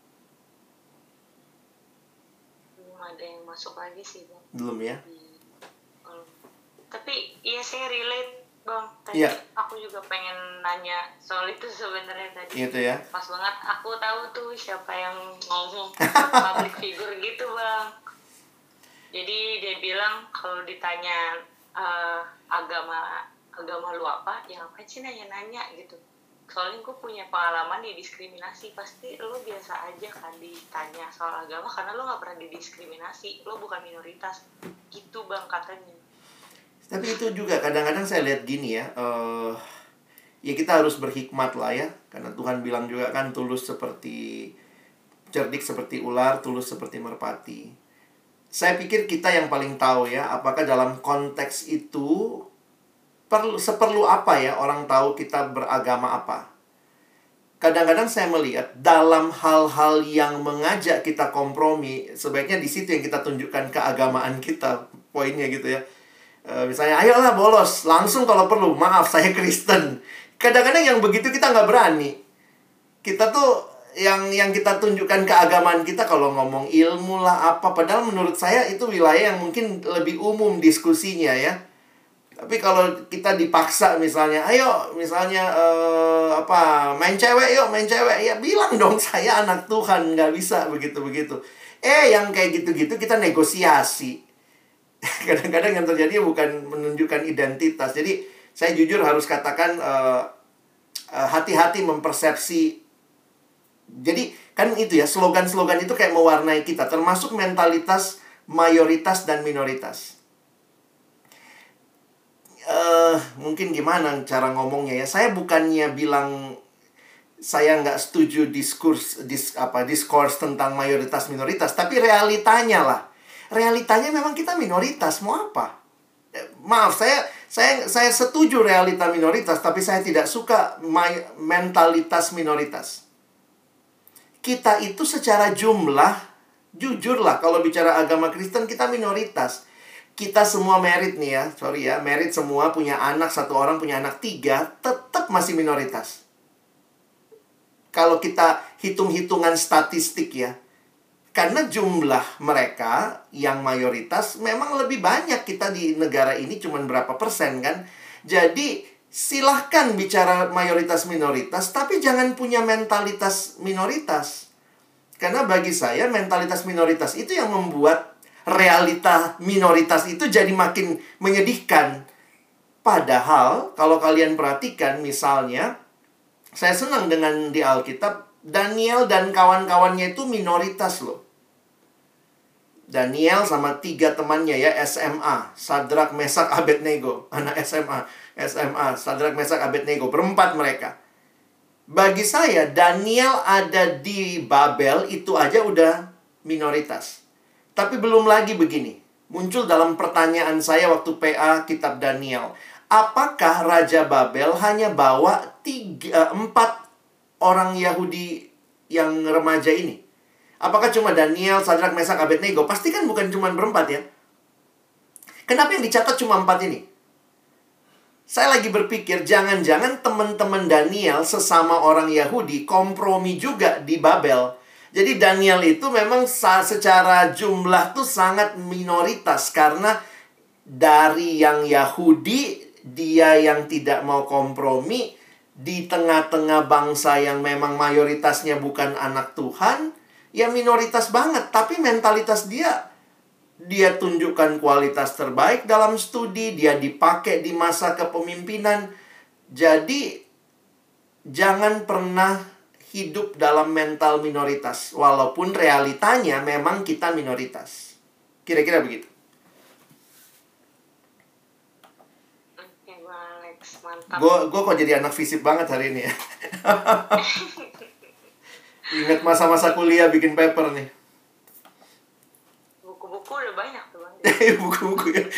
Belum ada yang masuk lagi sih Bang. Belum ya? Belum. Tapi iya saya relate Bang, tadi Iya. aku juga pengen nanya soal itu sebenarnya tadi. Itu ya. Pas banget aku tahu tuh siapa yang ngomong public figure gitu Bang. Jadi dia bilang kalau ditanya uh, agama agama lu apa, ya apa sih nanya-nanya gitu. Soalnya gue punya pengalaman didiskriminasi, pasti lo biasa aja kan ditanya soal agama karena lo nggak pernah didiskriminasi, lo bukan minoritas gitu Bang katanya. Tapi itu juga kadang-kadang saya lihat gini ya, uh, ya kita harus berhikmat lah ya. Karena Tuhan bilang juga kan tulus seperti cerdik seperti ular, tulus seperti merpati. Saya pikir kita yang paling tahu ya, apakah dalam konteks itu perlu seperlu apa ya orang tahu kita beragama apa. Kadang-kadang saya melihat dalam hal-hal yang mengajak kita kompromi, sebaiknya di situ yang kita tunjukkan keagamaan kita, poinnya gitu ya. E, misalnya, ayolah bolos, langsung kalau perlu, maaf saya Kristen. Kadang-kadang yang begitu kita nggak berani. Kita tuh yang yang kita tunjukkan keagamaan kita kalau ngomong ilmu lah apa, padahal menurut saya itu wilayah yang mungkin lebih umum diskusinya ya. Tapi kalau kita dipaksa misalnya, ayo misalnya uh, apa main cewek yuk, main cewek, ya bilang dong saya anak Tuhan, nggak bisa begitu-begitu. Eh yang kayak gitu-gitu kita negosiasi. Kadang-kadang yang terjadi bukan menunjukkan identitas. Jadi saya jujur harus katakan uh, uh, hati-hati mempersepsi. Jadi kan itu ya, slogan-slogan itu kayak mewarnai kita, termasuk mentalitas mayoritas dan minoritas. Uh, mungkin gimana cara ngomongnya ya? Saya bukannya bilang saya nggak setuju diskurs dis, apa diskurs tentang mayoritas minoritas, tapi realitanya lah. Realitanya memang kita minoritas, mau apa? Eh, maaf, saya saya saya setuju realita minoritas, tapi saya tidak suka may, mentalitas minoritas. Kita itu secara jumlah, jujurlah kalau bicara agama Kristen kita minoritas. Kita semua merit nih ya, sorry ya, merit semua punya anak, satu orang punya anak tiga, tetap masih minoritas. Kalau kita hitung-hitungan statistik ya, karena jumlah mereka yang mayoritas memang lebih banyak, kita di negara ini cuma berapa persen kan. Jadi silahkan bicara mayoritas-minoritas, tapi jangan punya mentalitas minoritas. Karena bagi saya mentalitas minoritas itu yang membuat realita minoritas itu jadi makin menyedihkan. Padahal kalau kalian perhatikan misalnya, saya senang dengan di Alkitab, Daniel dan kawan-kawannya itu minoritas loh. Daniel sama tiga temannya ya, S M A, Sadrak, Mesak, Abednego. Anak S M A, S M A, Sadrak, Mesak, Abednego, berempat mereka. Bagi saya, Daniel ada di Babel itu aja udah minoritas. Tapi belum lagi begini, muncul dalam pertanyaan saya waktu P A kitab Daniel. Apakah Raja Babel hanya bawa tiga, empat orang Yahudi yang remaja ini? Apakah cuma Daniel, Sadrak, Mesak, Abednego? Pasti kan bukan cuma berempat ya. Kenapa yang dicatat cuma empat ini? Saya lagi berpikir, jangan-jangan teman-teman Daniel sesama orang Yahudi kompromi juga di Babel. Jadi Daniel itu memang secara jumlah tuh sangat minoritas. Karena dari yang Yahudi, dia yang tidak mau kompromi. Di tengah-tengah bangsa yang memang mayoritasnya bukan anak Tuhan, ya minoritas banget, tapi mentalitas dia, dia tunjukkan kualitas terbaik dalam studi, dia dipakai di masa kepemimpinan. Jadi, jangan pernah hidup dalam mental minoritas, walaupun realitanya memang kita minoritas. Kira-kira begitu. Oke, Alex, mantap. Gue gue kok jadi anak fisip banget hari ini ya. Ingat masa-masa kuliah bikin paper nih. Buku-buku udah banyak tuh Bang. Buku-buku ya.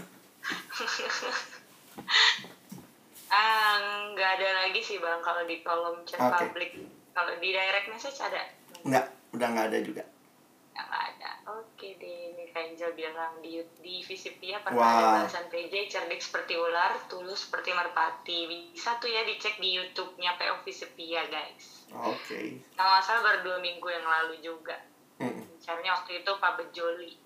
Ah, nggak ada lagi sih Bang kalau di kolom chat Oke. publik. Kalau di direct message ada? Enggak, udah nggak ada juga. Nggak ada. Oke deh, ini Kak Angel bilang di di Visipia Wah. pernah ada bahasan P J, cerdik seperti ular, tulus seperti merpati. Bisa tuh ya dicek di YouTube-nya P O Visipia guys. Oke. Kalau nggak salah baru dua minggu yang lalu juga. Mm. Caranya waktu itu Pak Bejoli.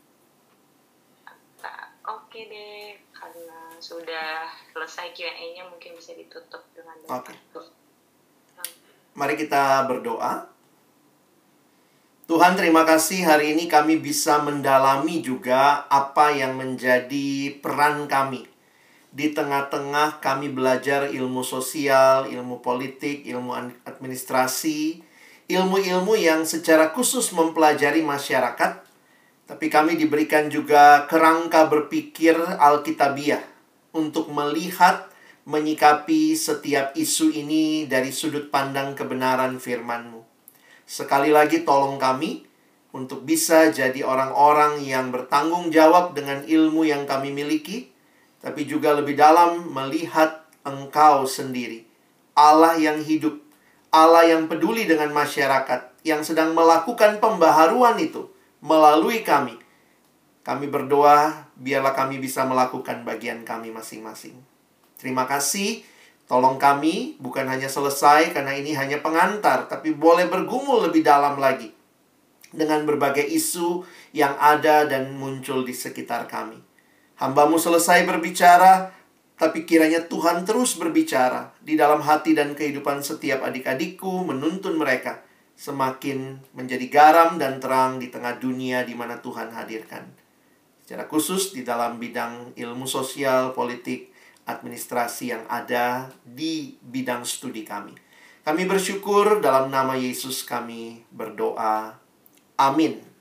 Nah, oke deh, karena sudah selesai Q and A-nya mungkin bisa ditutup dengan doa. Oke. Mari kita berdoa. Tuhan, terima kasih hari ini kami bisa mendalami juga apa yang menjadi peran kami. Di tengah-tengah kami belajar ilmu sosial, ilmu politik, ilmu administrasi, ilmu-ilmu yang secara khusus mempelajari masyarakat. Tapi kami diberikan juga kerangka berpikir Alkitabiah untuk melihat, menyikapi setiap isu ini dari sudut pandang kebenaran firman-Mu. Sekali lagi tolong kami untuk bisa jadi orang-orang yang bertanggung jawab dengan ilmu yang kami miliki, tapi juga lebih dalam melihat Engkau sendiri, Allah yang hidup, Allah yang peduli dengan masyarakat, yang sedang melakukan pembaharuan itu melalui kami. Kami berdoa, biarlah kami bisa melakukan bagian kami masing-masing. Terima kasih. Tolong kami bukan hanya selesai karena ini hanya pengantar, tapi boleh bergumul lebih dalam lagi dengan berbagai isu yang ada dan muncul di sekitar kami. Hamba-Mu selesai berbicara, tapi kiranya Tuhan terus berbicara di dalam hati dan kehidupan setiap adik-adikku, menuntun mereka semakin menjadi garam dan terang di tengah dunia di mana Tuhan hadirkan. Secara khusus di dalam bidang ilmu sosial, politik, administrasi yang ada di bidang studi kami. Kami bersyukur dalam nama Yesus kami berdoa. Amin.